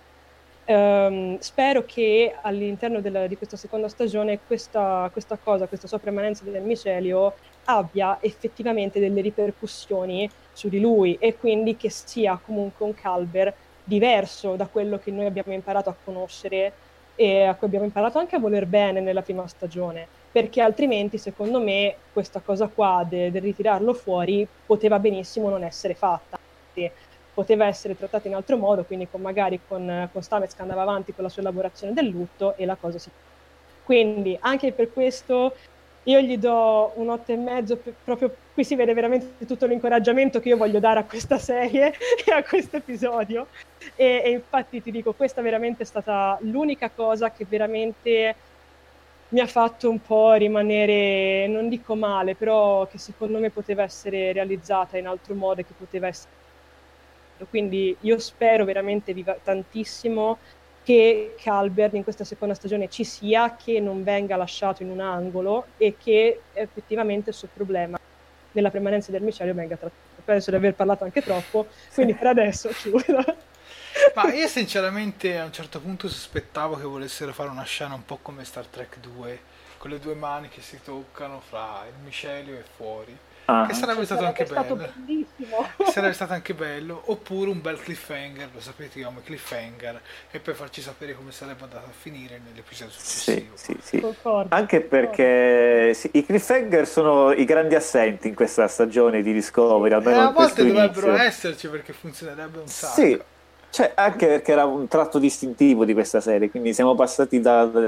Spero che all'interno di questa seconda stagione questa cosa, questa sua permanenza nel micelio abbia effettivamente delle ripercussioni su di lui, e quindi che sia comunque un Calvert diverso da quello che noi abbiamo imparato a conoscere e a cui abbiamo imparato anche a voler bene nella prima stagione, perché altrimenti secondo me questa cosa qua del ritirarlo fuori poteva benissimo non essere fatta, poteva essere trattata in altro modo, quindi magari con Stamets che andava avanti con la sua elaborazione del lutto e la cosa si... Quindi anche per questo io gli do un 8,5, proprio qui si vede veramente tutto l'incoraggiamento che io voglio dare a questa serie e a questo episodio, e infatti ti dico, questa veramente è stata l'unica cosa che veramente mi ha fatto un po' rimanere, non dico male, però che secondo me poteva essere realizzata in altro modo e che poteva essere... Quindi io spero veramente tantissimo che Calvert in questa seconda stagione ci sia, che non venga lasciato in un angolo e che effettivamente il suo problema nella permanenza del micelio venga trattato. Penso di aver parlato anche troppo, quindi per adesso chiudo. Ma io sinceramente a un certo punto sospettavo che volessero fare una scena un po' come Star Trek 2, con le due mani che si toccano fra il micelio e fuori. Che sarebbe stato anche bello. Bellissimo. Sarebbe stato anche bello. Oppure un bel cliffhanger, lo sapete, io amo i cliffhanger, e poi farci sapere come sarebbe andato a finire nell'episodio successivo. Sì. Concordo. Anche perché i cliffhanger sono i grandi assenti in questa stagione di Discovery, almeno a volte dovrebbero inizio. esserci, perché funzionerebbe un sacco. Sì, cioè, anche perché era un tratto distintivo di questa serie, quindi siamo passati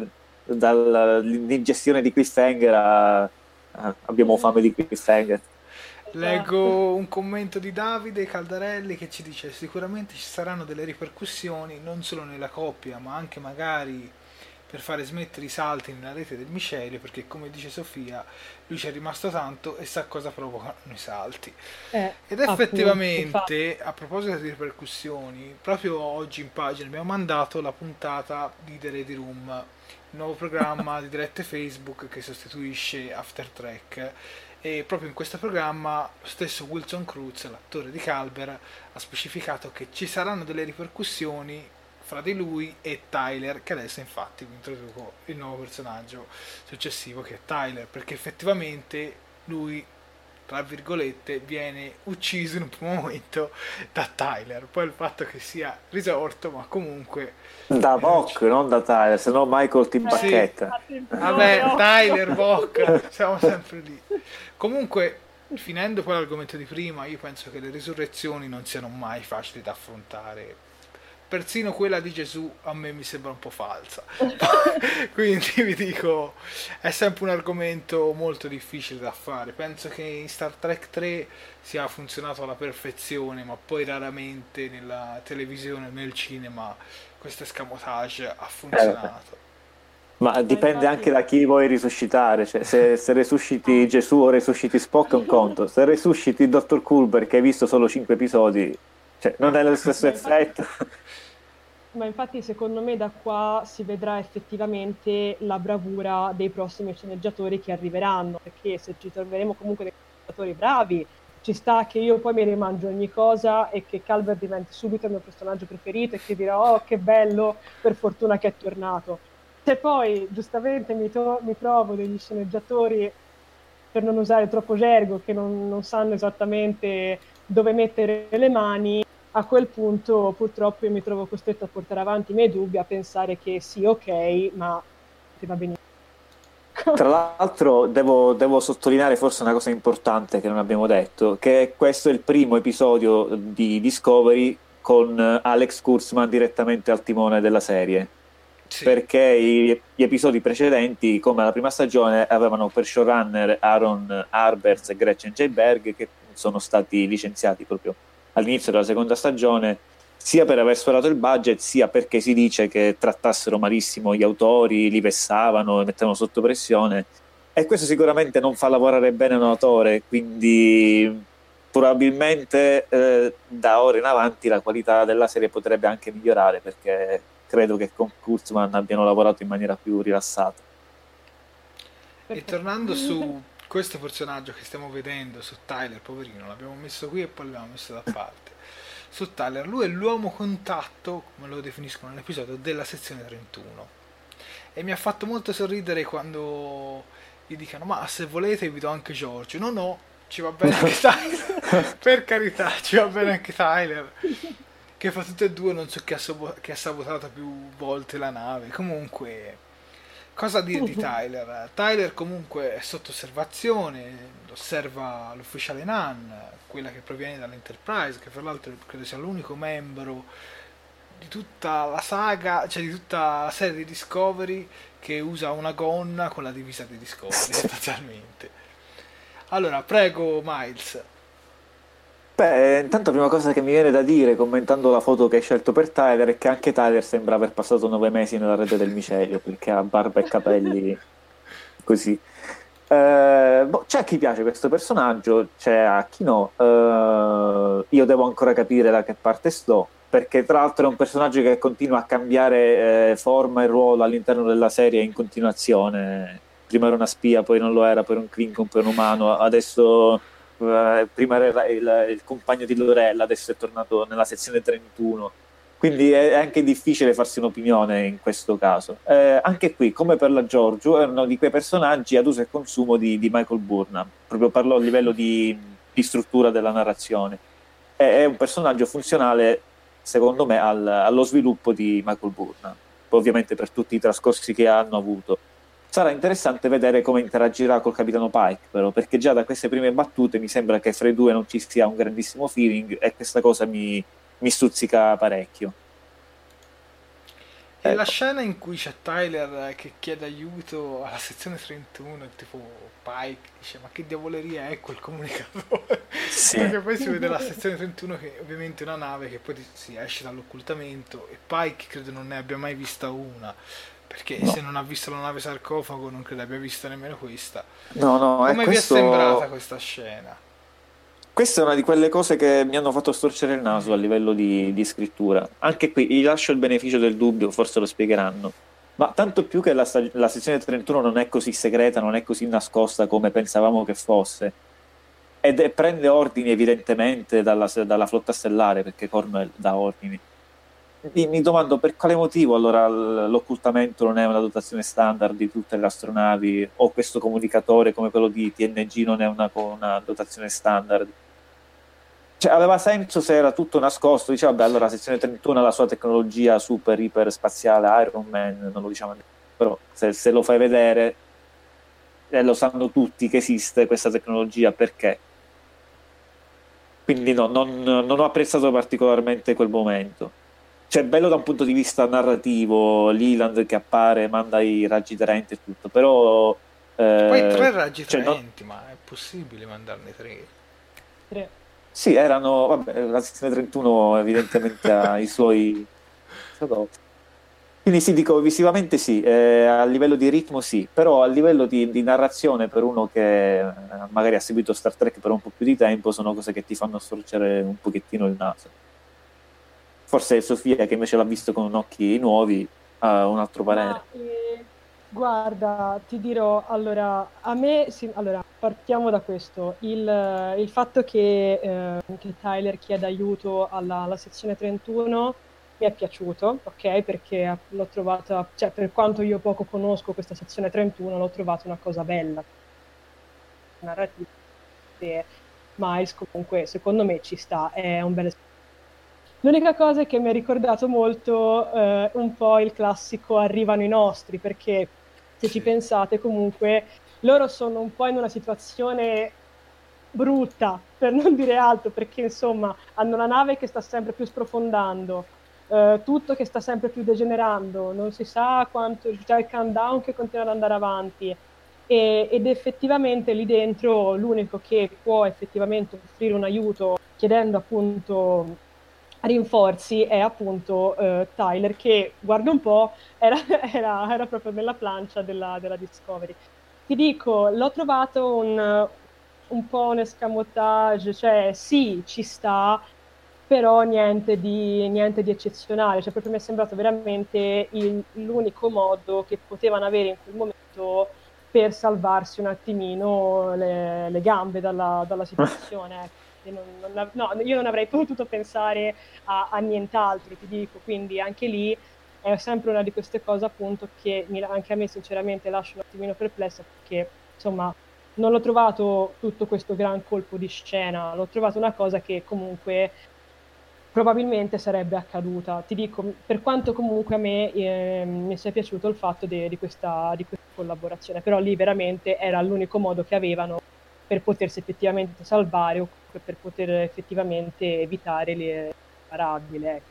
dall'ingestione di cliffhanger abbiamo fame di cliffhanger. Leggo un commento di Davide Caldarelli che ci dice: sicuramente ci saranno delle ripercussioni non solo nella coppia, ma anche magari per fare smettere i salti nella rete del micelio, perché come dice Sofia, lui ci è rimasto tanto e sa cosa provocano i salti. Ed effettivamente, a proposito di ripercussioni, proprio oggi in pagina abbiamo mandato la puntata di The Ready Room, il nuovo programma di dirette Facebook che sostituisce After Track. E proprio in questo programma lo stesso Wilson Cruz, l'attore di Culber, ha specificato che ci saranno delle ripercussioni fra di lui e Tyler, che adesso infatti vi introduco il nuovo personaggio successivo, che è Tyler, perché effettivamente lui, tra virgolette, viene ucciso in un primo momento da Tyler. Poi il fatto che sia risorto, ma comunque da Vok, non da Tyler, se no Michael ti bacchetta. Vabbè, Tyler, Vok, siamo sempre lì. Comunque, finendo poi l'argomento di prima, io penso che le risurrezioni non siano mai facili da affrontare. Persino quella di Gesù a me mi sembra un po' falsa. Quindi vi dico, è sempre un argomento molto difficile da fare. Penso che in Star Trek 3 sia funzionato alla perfezione, ma poi raramente nella televisione o nel cinema questo escamotage ha funzionato. Ma dipende anche da chi vuoi risuscitare, cioè, se resusciti Gesù o resusciti Spock è un conto, se resusciti il Dr. Culber che hai visto solo 5 episodi, cioè, non è lo stesso effetto. Ma infatti secondo me da qua si vedrà effettivamente la bravura dei prossimi sceneggiatori che arriveranno, perché se ci troveremo comunque dei sceneggiatori bravi, ci sta che io poi mi rimangio ogni cosa e che Culber diventi subito il mio personaggio preferito e che dirò oh che bello, per fortuna che è tornato. Se poi giustamente mi trovo degli sceneggiatori, per non usare troppo gergo, che non sanno esattamente dove mettere le mani, a quel punto purtroppo io mi trovo costretto a portare avanti i miei dubbi, a pensare che sì, ok, ma va benissimo. Tra l'altro devo sottolineare forse una cosa importante che non abbiamo detto, che questo è il primo episodio di Discovery con Alex Kurtzman direttamente al timone della serie. Sì. Perché gli episodi precedenti, come la prima stagione, avevano per showrunner Aaron Arbers e Gretchen J. Berg, che sono stati licenziati proprio all'inizio della seconda stagione, sia per aver sforato il budget, sia perché si dice che trattassero malissimo gli autori, li vessavano, li mettevano sotto pressione, e questo sicuramente non fa lavorare bene un autore, quindi probabilmente da ora in avanti la qualità della serie potrebbe anche migliorare, perché credo che con Kurtzman abbiano lavorato in maniera più rilassata. E tornando su questo personaggio che stiamo vedendo, su Tyler, poverino, l'abbiamo messo qui e poi l'abbiamo messo da parte. Su Tyler, lui è l'uomo contatto, come lo definiscono nell'episodio, della sezione 31. E mi ha fatto molto sorridere quando gli dicono: ma se volete vi do anche George. No, ci va bene anche Tyler. Per carità, ci va bene anche Tyler. Che fra tutte e due non so chi ha sabotato più volte la nave. Comunque, cosa dire di Tyler? Tyler comunque è sotto osservazione, osserva l'ufficiale Nan, quella che proviene dall'Enterprise, che fra l'altro credo sia l'unico membro di tutta la saga, cioè di tutta la serie di Discovery, che usa una gonna con la divisa di Discovery, sostanzialmente. Allora, prego Miles. Beh, intanto la prima cosa che mi viene da dire, commentando la foto che hai scelto per Tyler, è che anche Tyler sembra aver passato 9 mesi nella rete del micelio, perché ha barba e capelli così. C'è a chi piace questo personaggio, c'è a chi no. Io devo ancora capire da che parte sto, perché tra l'altro è un personaggio che continua a cambiare forma e ruolo all'interno della serie in continuazione. Prima era una spia, poi non lo era, poi era un Klingon, poi un umano, adesso prima era il compagno di Lorella, adesso è tornato nella sezione 31, quindi è anche difficile farsi un'opinione in questo caso. Anche qui, come per la Giorgio, è uno di quei personaggi ad uso e consumo di Michael Burnham, proprio parlo a livello di struttura della narrazione. È un personaggio funzionale, secondo me, allo sviluppo di Michael Burnham, ovviamente per tutti i trascorsi che hanno avuto. Sarà interessante vedere come interagirà col capitano Pike, però, perché già da queste prime battute mi sembra che fra i due non ci sia un grandissimo feeling e questa cosa mi stuzzica parecchio. E la scena in cui c'è Tyler che chiede aiuto alla sezione 31 e tipo Pike dice ma che diavoleria è quel comunicatore? Sì. Perché poi si vede la sezione 31 che ovviamente è una nave che poi si esce dall'occultamento e Pike credo non ne abbia mai vista una, perché se non ha visto la nave sarcofago non credo abbia visto nemmeno questa. No, come vi è sembrata questa scena? Questa è una di quelle cose che mi hanno fatto storcere il naso a livello di scrittura. Anche qui gli lascio il beneficio del dubbio, forse lo spiegheranno. Ma tanto più che la sezione 31 non è così segreta, non è così nascosta come pensavamo che fosse. Ed prende ordini evidentemente dalla flotta stellare, perché Cornwell dà ordini. Mi domando per quale motivo allora l'occultamento non è una dotazione standard di tutte le astronavi, o questo comunicatore come quello di TNG non è una dotazione standard. Cioè, aveva senso se era tutto nascosto, diceva vabbè allora la sezione 31 ha la sua tecnologia super iper spaziale, Iron Man, non lo diciamo, però se lo fai vedere lo sanno tutti che esiste questa tecnologia, perché? Quindi no, non ho apprezzato particolarmente quel momento. Cioè, bello da un punto di vista narrativo, Leland che appare, manda i raggi trenti e tutto, però... Poi 3 raggi trenti, ma è possibile mandarne 3? 3. Sì, erano... Vabbè, la sezione 31 evidentemente ha i suoi... Quindi sì, dico, visivamente sì, a livello di ritmo sì, però a livello di narrazione, per uno che magari ha seguito Star Trek per un po' più di tempo, sono cose che ti fanno storcere un pochettino il naso. Forse Sofia, che invece l'ha visto con occhi nuovi, ha un altro parere. Guarda, ti dirò, allora, a me, allora, partiamo da questo. Il fatto che Tyler chieda aiuto alla sezione 31 mi è piaciuto, ok? Perché l'ho trovata, cioè per quanto io poco conosco questa sezione 31, l'ho trovata una cosa bella. Narrativa. E Miles comunque, secondo me, ci sta, è un bel esperienza. L'unica cosa è che mi ha ricordato molto un po' il classico arrivano i nostri, perché se ci pensate comunque loro sono un po' in una situazione brutta, per non dire altro, perché insomma hanno la nave che sta sempre più sprofondando, tutto che sta sempre più degenerando, non si sa quanto, c'è il countdown che continua ad andare avanti ed effettivamente lì dentro l'unico che può effettivamente offrire un aiuto chiedendo appunto rinforzi è appunto Tyler, che guarda un po' era proprio nella plancia della Discovery. Ti dico, l'ho trovato un po' un escamotage, cioè sì, ci sta, però niente di eccezionale, cioè proprio mi è sembrato veramente l'unico modo che potevano avere in quel momento per salvarsi un attimino le gambe dalla situazione, ecco. No, io non avrei potuto pensare a nient'altro, ti dico, quindi anche lì è sempre una di queste cose appunto che anche a me sinceramente lascia un attimino perplessa, perché insomma non l'ho trovato tutto questo gran colpo di scena, l'ho trovato una cosa che comunque probabilmente sarebbe accaduta. Ti dico, per quanto comunque a me mi sia piaciuto il fatto di questa collaborazione, però lì veramente era l'unico modo che avevano per potersi effettivamente salvare o per poter effettivamente evitare le parabile.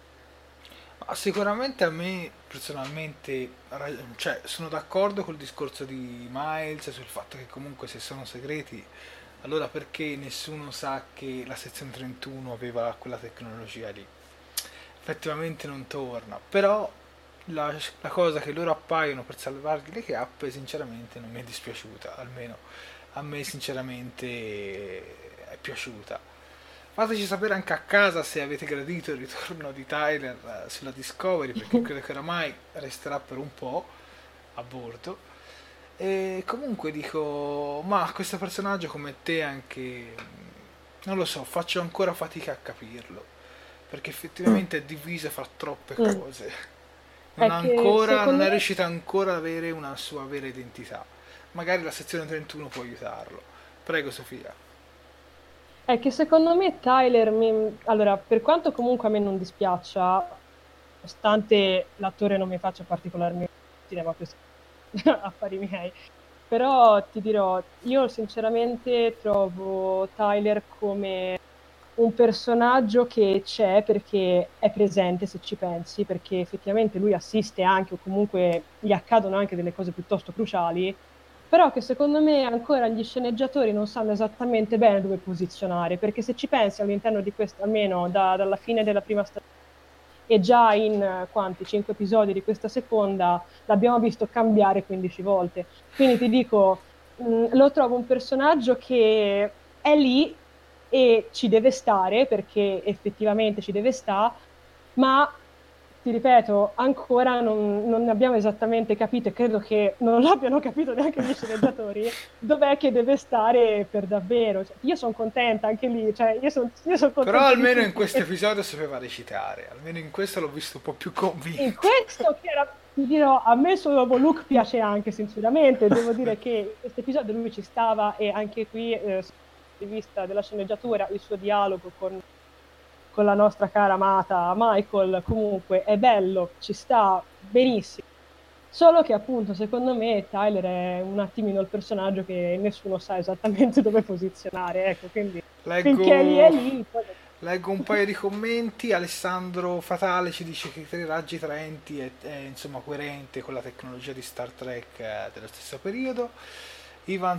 Sicuramente a me personalmente, cioè, sono d'accordo col discorso di Miles sul fatto che comunque se sono segreti, allora perché nessuno sa che la sezione 31 aveva quella tecnologia lì? Effettivamente non torna, però la cosa che loro appaiono per salvargli le chiappe sinceramente non mi è dispiaciuta, almeno a me sinceramente è piaciuta. Fateci sapere anche a casa se avete gradito il ritorno di Tyler sulla Discovery, perché credo che oramai resterà per un po' a bordo. E comunque dico, ma questo personaggio come te anche, non lo so, faccio ancora fatica a capirlo, perché effettivamente è diviso fra troppe cose. Non È che non secondo è me riuscita ancora ad avere una sua vera identità. Magari la sezione 31 può aiutarlo. Prego Sofia. È che secondo me Tyler, allora, per quanto comunque a me non dispiaccia, nonostante l'attore non mi faccia particolarmente cinema, questo affari miei, però ti dirò, io sinceramente trovo Tyler come un personaggio che c'è perché è presente, se ci pensi, perché effettivamente lui assiste anche, o comunque gli accadono anche delle cose piuttosto cruciali, però che secondo me ancora gli sceneggiatori non sanno esattamente bene dove posizionare, perché se ci pensi all'interno di questo, almeno dalla fine della prima stagione e già in quanti 5 episodi di questa seconda l'abbiamo visto cambiare 15 volte. Quindi ti dico, lo trovo un personaggio che è lì e ci deve stare, perché effettivamente ci deve stare, ma ti ripeto, ancora non abbiamo esattamente capito, e credo che non l'abbiano capito neanche gli sceneggiatori, dov'è che deve stare per davvero. Cioè, io sono contenta anche lì, cioè, io son contenta Però di almeno in tutto. questo episodio sapeva recitare, almeno in questo l'ho visto un po' più convinto. In questo, che era, ti dirò, a me solo Luke piace anche, sinceramente, devo dire che in questo episodio lui ci stava, e anche qui, dal punto di vista della sceneggiatura, il suo dialogo con la nostra cara amata Michael comunque è bello, ci sta benissimo, solo che appunto secondo me Tyler è un attimino il personaggio che nessuno sa esattamente dove posizionare, ecco, quindi finché è lì poi... Leggo un paio di commenti. Alessandro Fatale ci dice che i tre raggi traenti è insomma coerente con la tecnologia di Star Trek dello stesso periodo. Ivan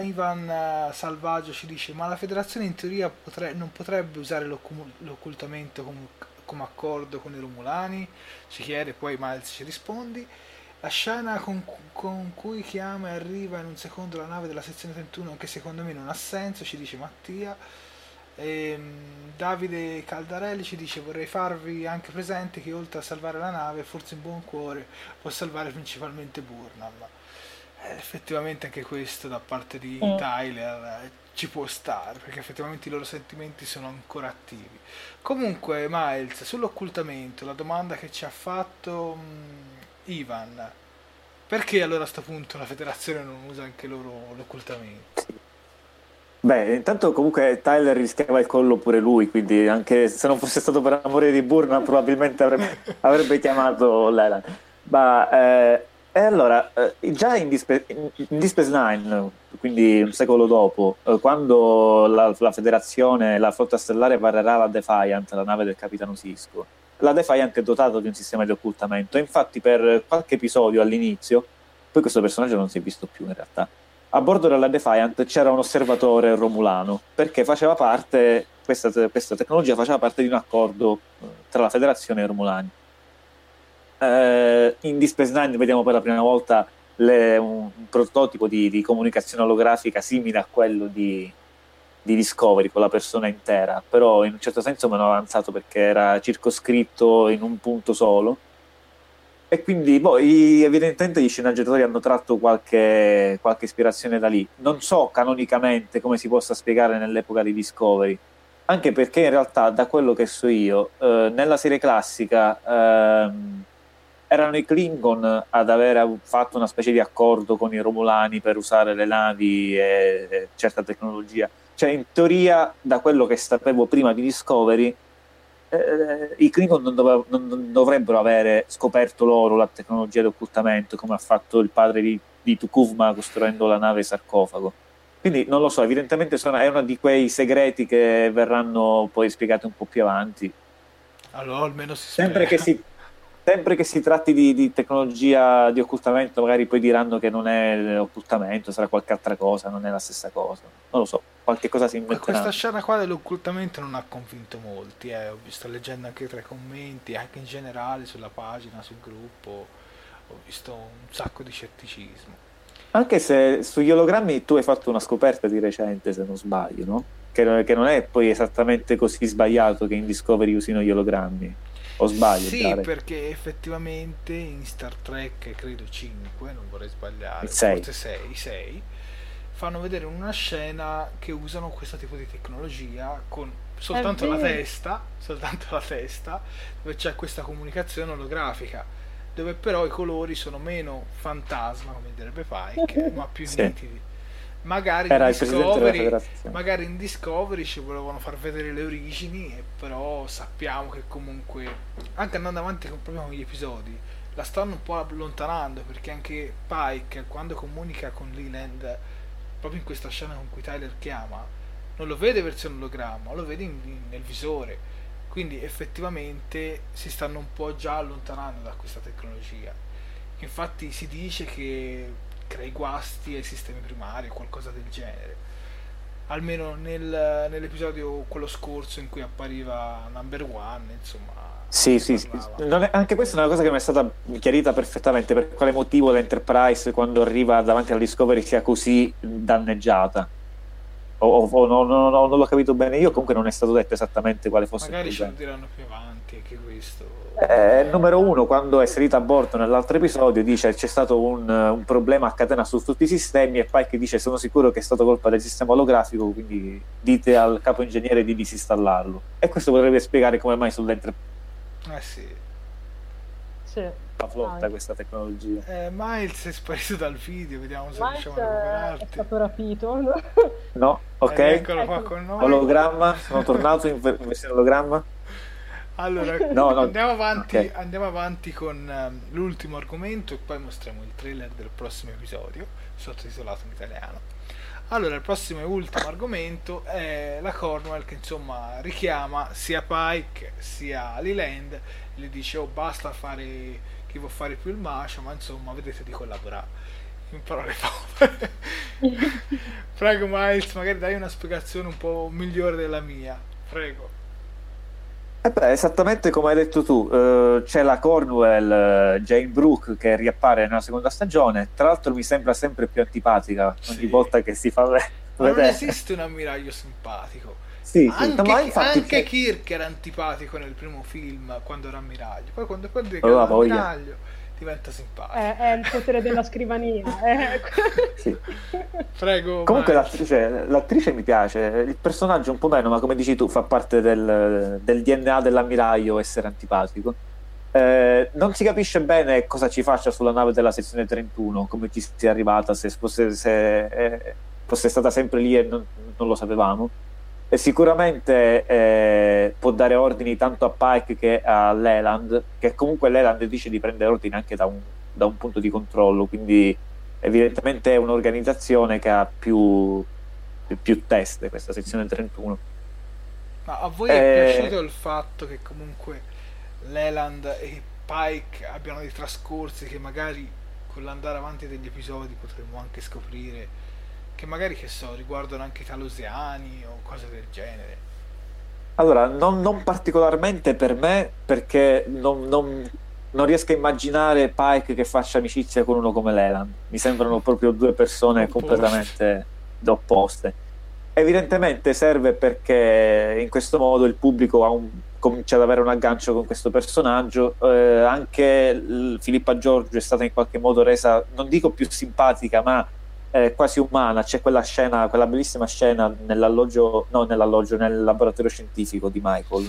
Salvaggio ci dice: ma la federazione in teoria non potrebbe usare l'occultamento come accordo con i Romulani? Ci chiede, poi Miles ci rispondi. La scena con cui chiama e arriva in un secondo la nave della sezione 31 anche secondo me non ha senso, ci dice Mattia. Davide Caldarelli ci dice: vorrei farvi anche presente che oltre a salvare la nave, forse in buon cuore può salvare principalmente Burnham. Effettivamente anche questo da parte di Tyler ci può stare, perché effettivamente i loro sentimenti sono ancora attivi. Comunque Miles, sull'occultamento, la domanda che ci ha fatto Ivan: perché allora a sto punto la federazione non usa anche loro l'occultamento? Beh, intanto comunque Tyler rischiava il collo pure lui, quindi anche se non fosse stato per amore di Burnham probabilmente avrebbe chiamato Leland. Ma e allora, già in Deep Space Nine, quindi un secolo dopo, quando la federazione, la flotta stellare varrerà la Defiant, la nave del capitano Sisko, la Defiant è dotata di un sistema di occultamento, e infatti per qualche episodio all'inizio, poi questo personaggio non si è visto più in realtà, a bordo della Defiant c'era un osservatore romulano, perché faceva parte, questa tecnologia faceva parte di un accordo tra la federazione e i romulani. In Deep Space Nine vediamo per la prima volta un prototipo di comunicazione olografica simile a quello di Discovery, con la persona intera, però in un certo senso meno avanzato perché era circoscritto in un punto solo, e quindi evidentemente gli sceneggiatori hanno tratto qualche ispirazione da lì. Non so canonicamente come si possa spiegare nell'epoca di Discovery, anche perché in realtà da quello che so io nella serie classica erano i Klingon ad aver fatto una specie di accordo con i Romulani per usare le navi e certa tecnologia. Cioè, in teoria, da quello che sapevo prima di Discovery, i Klingon non dovrebbero avere scoperto loro la tecnologia di occultamento, come ha fatto il padre di Tukuvma costruendo la nave sarcofago. Quindi non lo so, evidentemente è uno di quei segreti che verranno poi spiegati un po' più avanti. Allora almeno si spera. Sempre che si tratti di tecnologia di occultamento, magari poi diranno che non è occultamento, sarà qualche altra cosa, non è la stessa cosa. Non lo so, qualche cosa si inventerà. Questa scena qua dell'occultamento non ha convinto molti, sto leggendo anche tra i commenti, anche in generale sulla pagina, sul gruppo, ho visto un sacco di scetticismo. Anche se sugli ologrammi tu hai fatto una scoperta di recente, se non sbaglio, no? Che non è poi esattamente così sbagliato che in Discovery usino gli ologrammi. O sbaglio? Sì, Jared? perché effettivamente in Star Trek, credo 5, non vorrei sbagliare, Il 6. forse 6, fanno vedere una scena che usano questo tipo di tecnologia con soltanto la vero. testa, dove c'è questa comunicazione olografica, dove però i colori sono meno fantasma, come direbbe Pike, ma più Sì. nitidi. Magari Era in il presidente della Discovery, federazione. magari in Discovery ci volevano far vedere le origini, e però sappiamo che comunque, anche andando avanti proprio con gli episodi, la stanno un po' allontanando, perché anche Pike, quando comunica con Leland, proprio in questa scena con cui Tyler chiama, non lo vede versione ologramma, lo vede nel visore. Quindi effettivamente si stanno un po' già allontanando da questa tecnologia. Infatti si dice che crei guasti ai sistemi primari o qualcosa del genere. Almeno nell'episodio quello scorso in cui appariva Number One, insomma, Sì, si sì, parlava. non è- anche questa è una cosa che mi è stata chiarita perfettamente, per quale motivo l'Enterprise quando arriva davanti alla Discovery sia così danneggiata. Non l'ho capito bene io, comunque non è stato detto esattamente quale fosse Magari il ce lo problema. diranno più avanti anche questo. Numero uno, quando è salita a bordo nell'altro episodio, dice c'è stato un problema a catena su tutti i sistemi, e Pike dice sono sicuro che è stato colpa del sistema olografico, quindi dite al capo ingegnere di disinstallarlo. E questo potrebbe spiegare come mai sull'Enterprise Sì. Sì. la flotta questa tecnologia. Miles è sparito dal video, vediamo se Miles riusciamo a è recuperarti. stato rapito. No? No? Ok? Eccolo qua con noi. Ologramma? Sono tornato in versione ologramma? Allora, No, andiamo avanti, ok. andiamo avanti con l'ultimo argomento, e poi mostriamo il trailer del prossimo episodio, sottotitolato in italiano. Allora, il prossimo e ultimo argomento è la Cornwell che insomma richiama sia Pike sia Leland, gli dice oh basta fare chi vuol fare più il macio, ma insomma vedete di collaborare. In parole povere. Prego Miles, magari dai una spiegazione un po' migliore della mia, prego. Esattamente come hai detto tu, c'è la Cornwell, Jane Brooke, che riappare nella seconda stagione. Tra l'altro mi sembra sempre più antipatica ogni volta che si fa Ma non vedere. esiste un ammiraglio simpatico. Sì, Anche, no, ma infatti anche Kirk era antipatico nel primo film quando era ammiraglio, poi quando è Aveva voglia. ammiraglio diventa simpatico. È il potere della scrivania. Sì. Prego. Comunque Miles. l'attrice mi piace, il personaggio un po' meno, ma come dici tu fa parte del DNA dell'ammiraglio essere antipatico. Non si capisce bene cosa ci faccia sulla nave della sezione 31, come ci sia arrivata, se fosse stata sempre lì e non lo sapevamo. E sicuramente può dare ordini tanto a Pike che a Leland, che comunque Leland dice di prendere ordini anche da un punto di controllo, quindi evidentemente è un'organizzazione che ha più teste, questa sezione 31. Ma a voi è piaciuto il fatto che comunque Leland e Pike abbiano dei trascorsi che magari con l'andare avanti degli episodi potremmo anche scoprire che magari, che so, riguardano anche i talosiani o cose del genere? Allora, non particolarmente per me, perché non riesco a immaginare Pike che faccia amicizia con uno come Leland. Mi sembrano proprio due persone completamente opposte. Evidentemente serve perché in questo modo il pubblico comincia ad avere un aggancio con questo personaggio. Anche Filippa Giorgio è stata in qualche modo resa, non dico più simpatica, ma quasi umana. C'è quella scena, quella bellissima scena nel laboratorio scientifico di Michael,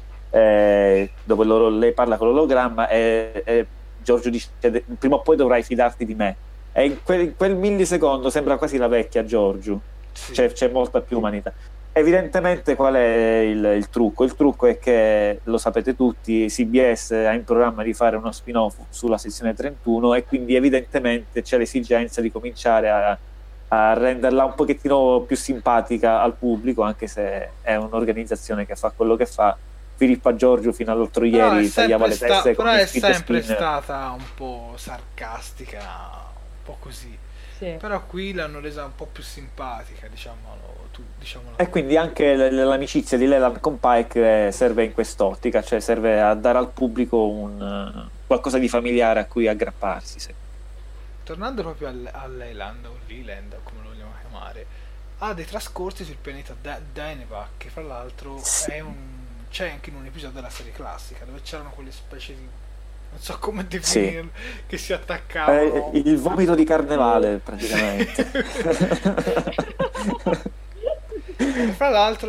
dove lei parla con l'ologramma e Giorgio dice prima o poi dovrai fidarti di me, e in quel millisecondo sembra quasi la vecchia Giorgio. C'è molta più umanità. Evidentemente qual è il trucco? Il trucco è che, lo sapete tutti, CBS ha in programma di fare uno spin-off sulla sezione 31, e quindi evidentemente c'è l'esigenza di cominciare a renderla un pochettino più simpatica al pubblico, anche se è un'organizzazione che fa quello che fa. Filippa Giorgio fino all'altro ieri tagliava le teste con però il è split sempre spin. stata un po' sarcastica, un po' così. Sì. Però qui l'hanno resa un po' più simpatica, diciamolo. E quindi anche l'amicizia di Leland con Pike serve in quest'ottica, cioè serve a dare al pubblico qualcosa di familiare a cui aggrapparsi. Sì. Tornando proprio a Leland, o Leland, come lo vogliamo chiamare, ha dei trascorsi sul pianeta Deneva, che fra l'altro è un c'è anche in un episodio della serie classica dove c'erano quelle specie di, non so come definirlo, che si attaccavano. Il vomito di carnevale praticamente. Fra l'altro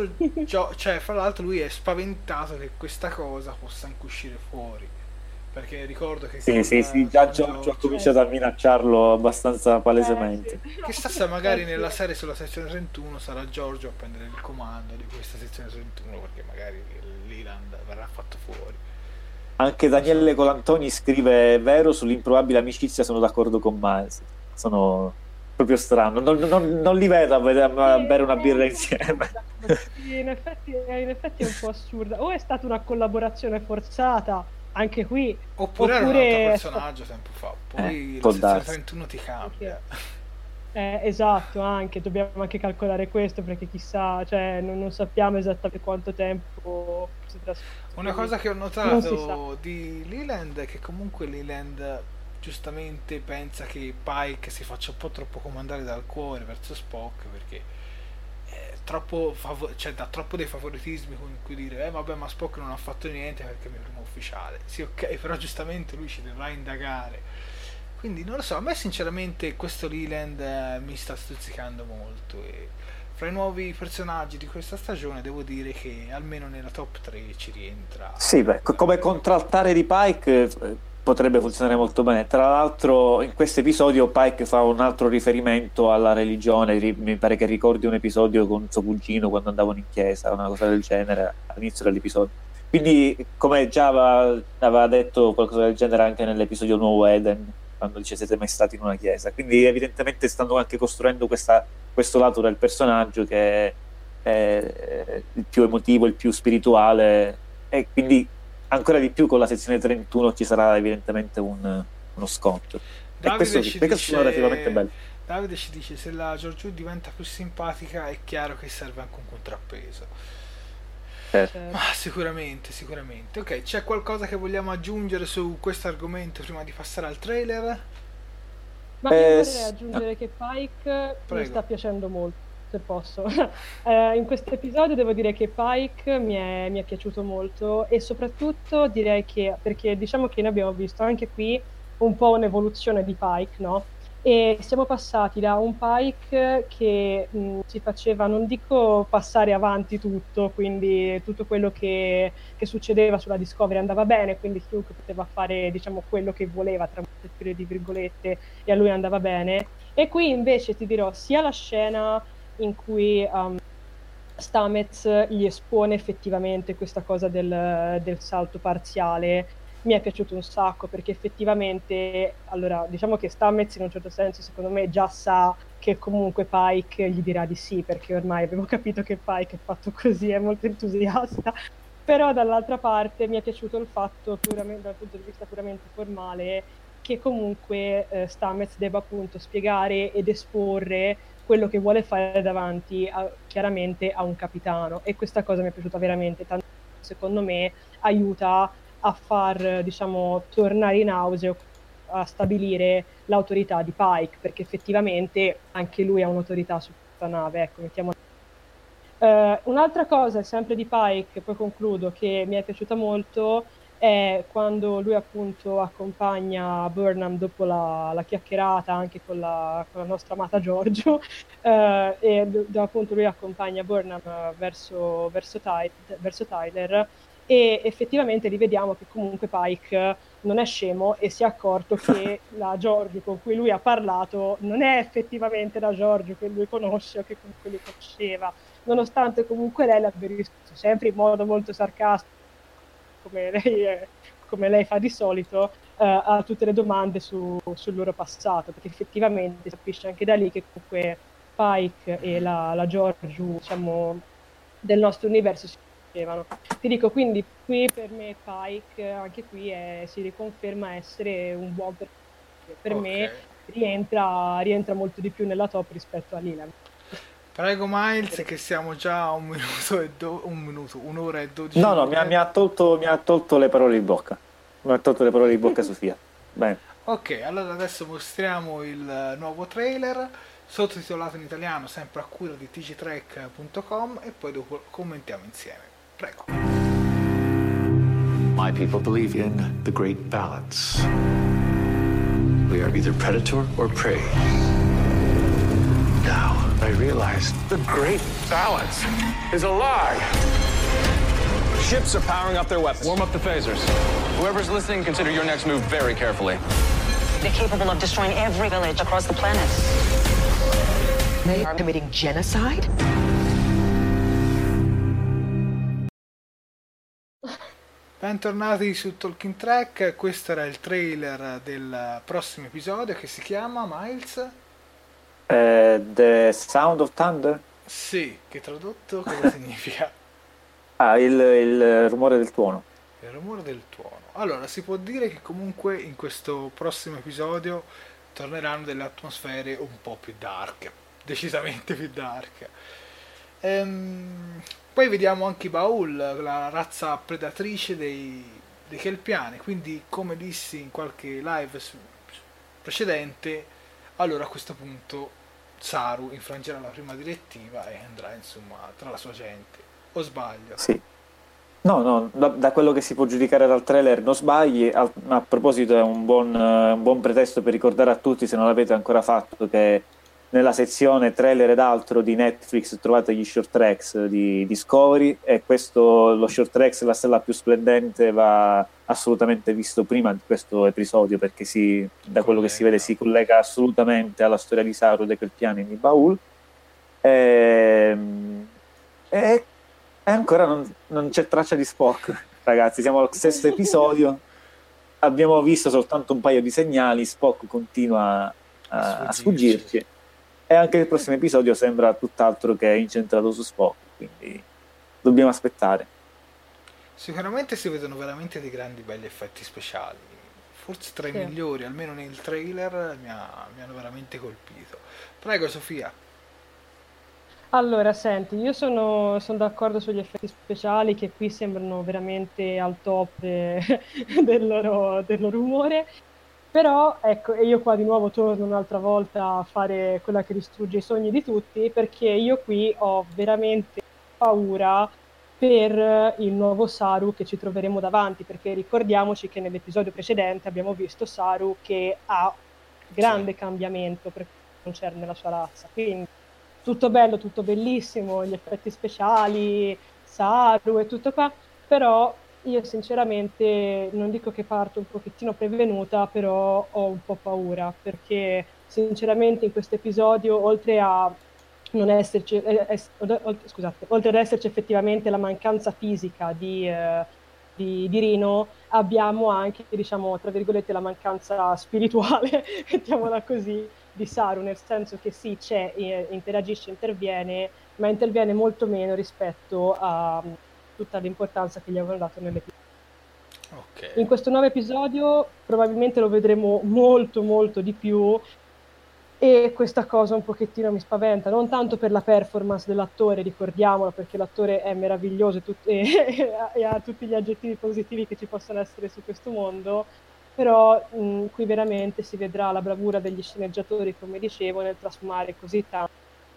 lui è spaventato che questa cosa possa anche uscire fuori, perché ricordo che già Giorgio ha cominciato a minacciarlo abbastanza palesemente. Chissà se magari nella serie sulla sezione 31 sarà Giorgio a prendere il comando di questa sezione 31, perché magari Leland verrà fatto fuori. Anche Daniele Colantoni scrive: è vero, sull'improbabile amicizia sono d'accordo con Miles. Sono proprio strano, non li vedo a bere una birra insieme. Sì, in effetti è un po' assurda. O è stata una collaborazione forzata anche qui, oppure era un altro personaggio tempo fa, poi la sezione 31 ti cambia. Esatto, anche dobbiamo anche calcolare questo, perché chissà, cioè non sappiamo esattamente quanto tempo si trascorre. Una cosa che ho notato di Leland è che comunque Leland giustamente pensa che Pike si faccia un po' troppo comandare dal cuore verso Spock, perché troppo dà troppo dei favoritismi con cui dire vabbè, ma Spock non ha fatto niente perché è mio primo ufficiale. Sì, ok, però giustamente lui ci dovrà indagare, quindi non lo so, a me sinceramente questo Leland mi sta stuzzicando molto, e fra i nuovi personaggi di questa stagione devo dire che almeno nella top 3 ci rientra. Sì, beh, come contraltare di Pike potrebbe funzionare molto bene. Tra l'altro in questo episodio Pike fa un altro riferimento alla religione, mi pare che ricordi un episodio con suo cugino quando andavano in chiesa, una cosa del genere all'inizio dell'episodio. Quindi, come già aveva detto qualcosa del genere anche nell'episodio Nuovo Eden, quando dice siete mai stati in una chiesa, quindi evidentemente stanno anche costruendo questo lato del personaggio che è il più emotivo, il più spirituale, e quindi ancora di più con la sezione 31 ci sarà evidentemente uno scontro. Davide e questo sono relativamente bello. Davide ci dice: se la Giorgiù diventa più simpatica è chiaro che serve anche un contrappeso. Ma sicuramente. Ok, c'è qualcosa che vogliamo aggiungere su questo argomento prima di passare al trailer? Ma io vorrei aggiungere che Pike mi sta piacendo molto, se posso. In questo episodio devo dire che Pike mi è piaciuto molto, e soprattutto direi che, perché diciamo che noi abbiamo visto anche qui un po' un'evoluzione di Pike, no? E siamo passati da un Pike che ci faceva, non dico passare avanti tutto, quindi tutto quello che succedeva sulla Discovery andava bene, quindi chiunque poteva fare, diciamo, quello che voleva, tra molte di virgolette, e a lui andava bene. E qui invece ti dirò sia la scena in cui Stamets gli espone effettivamente questa cosa del salto parziale, mi è piaciuto un sacco, perché effettivamente, allora, diciamo che Stamets in un certo senso secondo me già sa che comunque Pike gli dirà di sì, perché ormai avevo capito che Pike è fatto così, è molto entusiasta, però dall'altra parte mi è piaciuto il fatto, puramente, dal punto di vista puramente formale, che comunque Stamets debba appunto spiegare ed esporre quello che vuole fare davanti chiaramente a un capitano, e questa cosa mi è piaciuta veramente tanto, secondo me aiuta a far, diciamo, tornare in auge, a stabilire l'autorità di Pike, perché effettivamente anche lui ha un'autorità su questa nave, ecco, mettiamola. Un'altra cosa, sempre di Pike, poi concludo, che mi è piaciuta molto, è quando lui appunto accompagna Burnham dopo la chiacchierata anche con la nostra amata Giorgio, e appunto lui accompagna Burnham verso Tyler, e effettivamente rivediamo che comunque Pike non è scemo e si è accorto che la Giorgio con cui lui ha parlato non è effettivamente la Giorgio che lui conosce o che comunque lui conosceva, nonostante comunque lei l'abbia risposto sempre in modo molto sarcastico, come lei fa di solito, a tutte le domande sul loro passato, perché effettivamente si capisce anche da lì che comunque Pike e la Giorgio, diciamo, del nostro universo si conoscevano. Ti dico, quindi qui per me Pike anche qui si riconferma essere un buon personaggio. Per me rientra molto di più nella top rispetto a Leland. Prego Miles, che siamo già a un'ora e 12. No, mi ha tolto le parole di bocca. Mi ha tolto le parole di bocca Sofia. Bene. Ok, allora adesso mostriamo il nuovo trailer, sottotitolato in italiano, sempre a cura di tgtrek.com, e poi dopo commentiamo insieme. Prego. My people believe in the great balance. We are either predator or prey. Now, I realize the great balance is a lie. Ships are powering up their weapons. Warm up the phasers. Whoever's listening, consider your next move very carefully. They're capable of destroying every village across the planet. They are committing genocide? Bentornati su Talking Track, questo era il trailer del prossimo episodio che si chiama, Miles? The Sound of Thunder? Sì, che tradotto cosa significa? Il rumore del tuono. Il rumore del tuono. Allora, si può dire che comunque in questo prossimo episodio torneranno delle atmosfere un po' più dark, decisamente più dark. Poi vediamo anche i Baul, la razza predatrice dei Kelpiani, quindi come dissi in qualche live precedente, allora a questo punto Saru infrangerà la prima direttiva e andrà insomma tra la sua gente, o sbaglio? Sì. No, da quello che si può giudicare dal trailer non sbagli. A proposito è un buon pretesto per ricordare a tutti, se non l'avete ancora fatto, che nella sezione trailer ed altro di Netflix trovate gli short tracks di Discovery, e lo short tracks La stella più splendente va assolutamente visto prima di questo episodio, perché da quello che si vede si collega assolutamente alla storia di Saru, dei Kelpiani e di Baul. E ancora non c'è traccia di Spock, ragazzi, siamo al sesto episodio, abbiamo visto soltanto un paio di segnali, Spock continua a sfuggirci. E anche il prossimo episodio sembra tutt'altro che incentrato su Spock, quindi dobbiamo aspettare. Sicuramente si vedono veramente dei grandi belli effetti speciali, forse tra i migliori, almeno nel trailer mi hanno veramente colpito. Prego Sofia. Allora, senti, io sono d'accordo sugli effetti speciali, che qui sembrano veramente al top del loro umore. Però, ecco, e io qua di nuovo torno un'altra volta a fare quella che distrugge i sogni di tutti, perché io qui ho veramente paura per il nuovo Saru che ci troveremo davanti, perché ricordiamoci che nell'episodio precedente abbiamo visto Saru che ha grande cambiamento per quanto concerne la sua razza, quindi tutto bello, tutto bellissimo, gli effetti speciali, Saru e tutto qua, però io sinceramente non dico che parto un pochettino prevenuta, però ho un po' paura, perché sinceramente in questo episodio, oltre a non esserci, oltre ad esserci effettivamente la mancanza fisica di Rino, abbiamo anche, diciamo, tra virgolette, la mancanza spirituale, mettiamola così, di Saru, nel senso che sì, c'è, interagisce, interviene, ma interviene molto meno rispetto a tutta l'importanza che gli avevano dato nell'episodio. Okay. In questo nuovo episodio probabilmente lo vedremo molto molto di più, e questa cosa un pochettino mi spaventa, non tanto per la performance dell'attore, ricordiamolo, perché l'attore è meraviglioso e ha tutti gli aggettivi positivi che ci possono essere su questo mondo, però qui veramente si vedrà la bravura degli sceneggiatori, come dicevo, nel trasformare così tanto.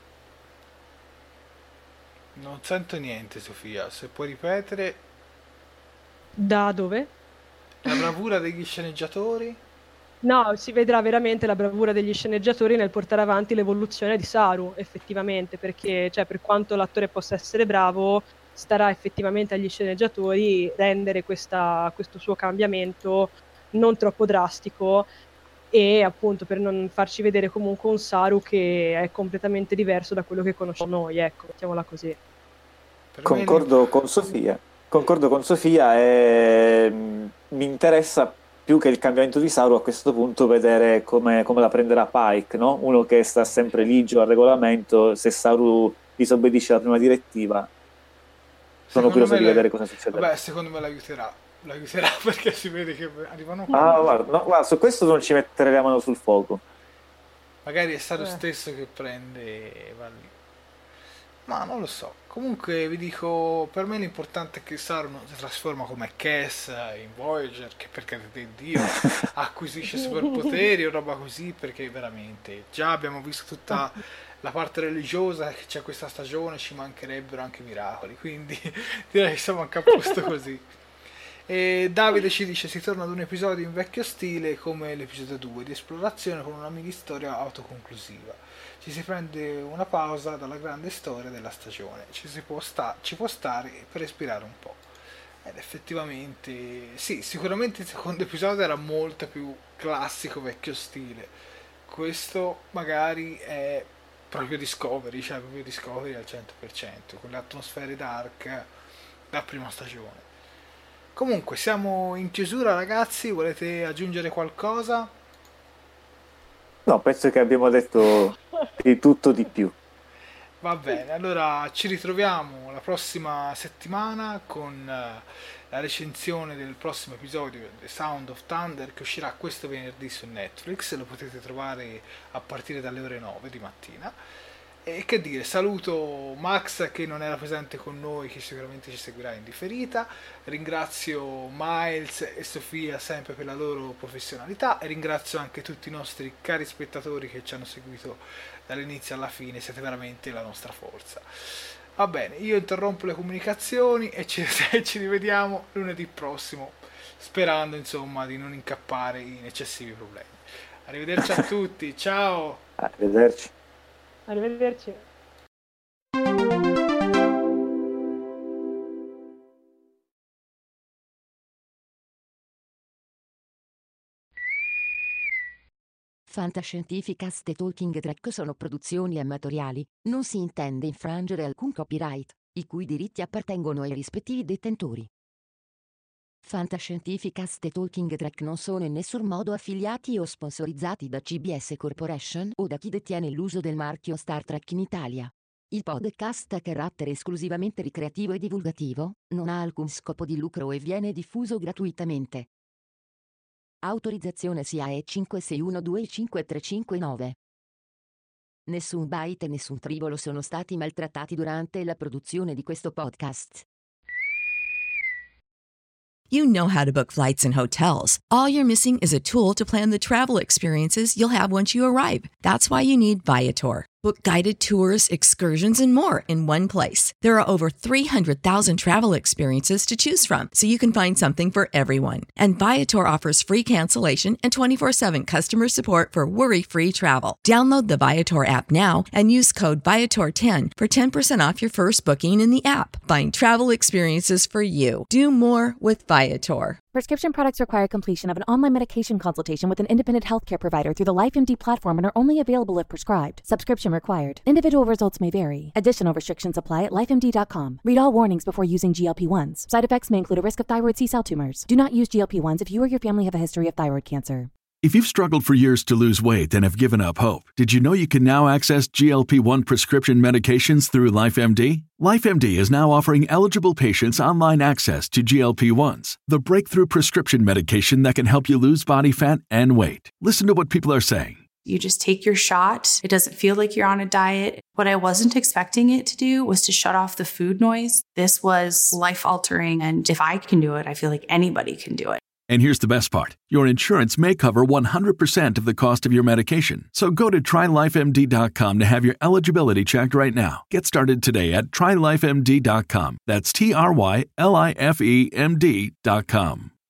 Non sento niente Sofia, se puoi ripetere. Da dove? La bravura degli sceneggiatori? No, si vedrà veramente la bravura degli sceneggiatori nel portare avanti l'evoluzione di Saru, effettivamente, perché cioè, per quanto l'attore possa essere bravo, starà effettivamente agli sceneggiatori rendere questo suo cambiamento non troppo drastico, e appunto per non farci vedere comunque un Saru che è completamente diverso da quello che conosciamo noi, ecco, mettiamola così. Concordo con Sofia e mi interessa più che il cambiamento di Saru a questo punto vedere come la prenderà Pike, no? Uno che sta sempre ligio al regolamento, se Saru disobbedisce alla prima direttiva. Sono curioso di vedere cosa succederà. Vabbè, secondo me l'aiuterà perché si vede che arrivano qui. Guarda, su questo non ci metterei la mano sul fuoco. Magari è Saru stesso che prende va lì. Ma non lo so. Comunque vi dico, per me l'importante è che Saru non si trasforma come Cass in Voyager, che per carità di Dio acquisisce superpoteri o roba così, perché veramente già abbiamo visto tutta la parte religiosa che c'è questa stagione, ci mancherebbero anche miracoli, quindi direi che siamo anche a posto così. E Davide ci dice: si torna ad un episodio in vecchio stile come l'episodio 2 di esplorazione con una mini storia autoconclusiva. Ci si prende una pausa dalla grande storia della stagione, ci può stare per respirare un po'. Ed effettivamente sì, sicuramente il secondo episodio era molto più classico vecchio stile. Questo magari è proprio Discovery, cioè proprio Discovery al 100%, con le atmosfere dark da prima stagione. Comunque siamo in chiusura, ragazzi, volete aggiungere qualcosa? No, penso che abbiamo detto di tutto di più. Va bene, allora ci ritroviamo la prossima settimana con la recensione del prossimo episodio The Sound of Thunder, che uscirà questo venerdì su Netflix. Lo potete trovare a partire dalle ore 9 di mattina. E che dire, saluto Max che non era presente con noi, che sicuramente ci seguirà in differita. Ringrazio Miles e Sofia sempre per la loro professionalità, e ringrazio anche tutti i nostri cari spettatori che ci hanno seguito dall'inizio alla fine. Siete veramente la nostra forza. Va bene, io interrompo le comunicazioni e ci rivediamo lunedì prossimo, sperando insomma di non incappare in eccessivi problemi. Arrivederci a tutti, ciao. Arrivederci. Arrivederci. Fantascientificast e Talking Track sono produzioni amatoriali, non si intende infrangere alcun copyright, i cui diritti appartengono ai rispettivi detentori. Fantascientificast e Talking Track non sono in nessun modo affiliati o sponsorizzati da CBS Corporation o da chi detiene l'uso del marchio Star Trek in Italia. Il podcast ha carattere esclusivamente ricreativo e divulgativo, non ha alcun scopo di lucro e viene diffuso gratuitamente. Autorizzazione SIAE 56125359. Nessun byte e nessun tribolo sono stati maltrattati durante la produzione di questo podcast. You know how to book flights and hotels. All you're missing is a tool to plan the travel experiences you'll have once you arrive. That's why you need Viator. Book guided tours, excursions, and more in one place. There are over 300,000 travel experiences to choose from, so you can find something for everyone. And Viator offers free cancellation and 24/7 customer support for worry-free travel. Download the Viator app now and use code Viator10 for 10% off your first booking in the app. Find travel experiences for you. Do more with Viator. Prescription products require completion of an online medication consultation with an independent healthcare provider through the LifeMD platform and are only available if prescribed. Subscription required. Individual results may vary. Additional restrictions apply at lifemd.com. Read all warnings before using GLP-1s. Side effects may include a risk of thyroid C-cell tumors. Do not use GLP-1s if you or your family have a history of thyroid cancer. If you've struggled for years to lose weight and have given up hope, did you know you can now access GLP-1 prescription medications through LifeMD? LifeMD is now offering eligible patients online access to GLP-1s, the breakthrough prescription medication that can help you lose body fat and weight. Listen to what people are saying. You just take your shot. It doesn't feel like you're on a diet. What I wasn't expecting it to do was to shut off the food noise. This was life-altering, and if I can do it, I feel like anybody can do it. And here's the best part. Your insurance may cover 100% of the cost of your medication. So go to TryLifeMD.com to have your eligibility checked right now. Get started today at TryLifeMD.com. That's TryLifeMD.com.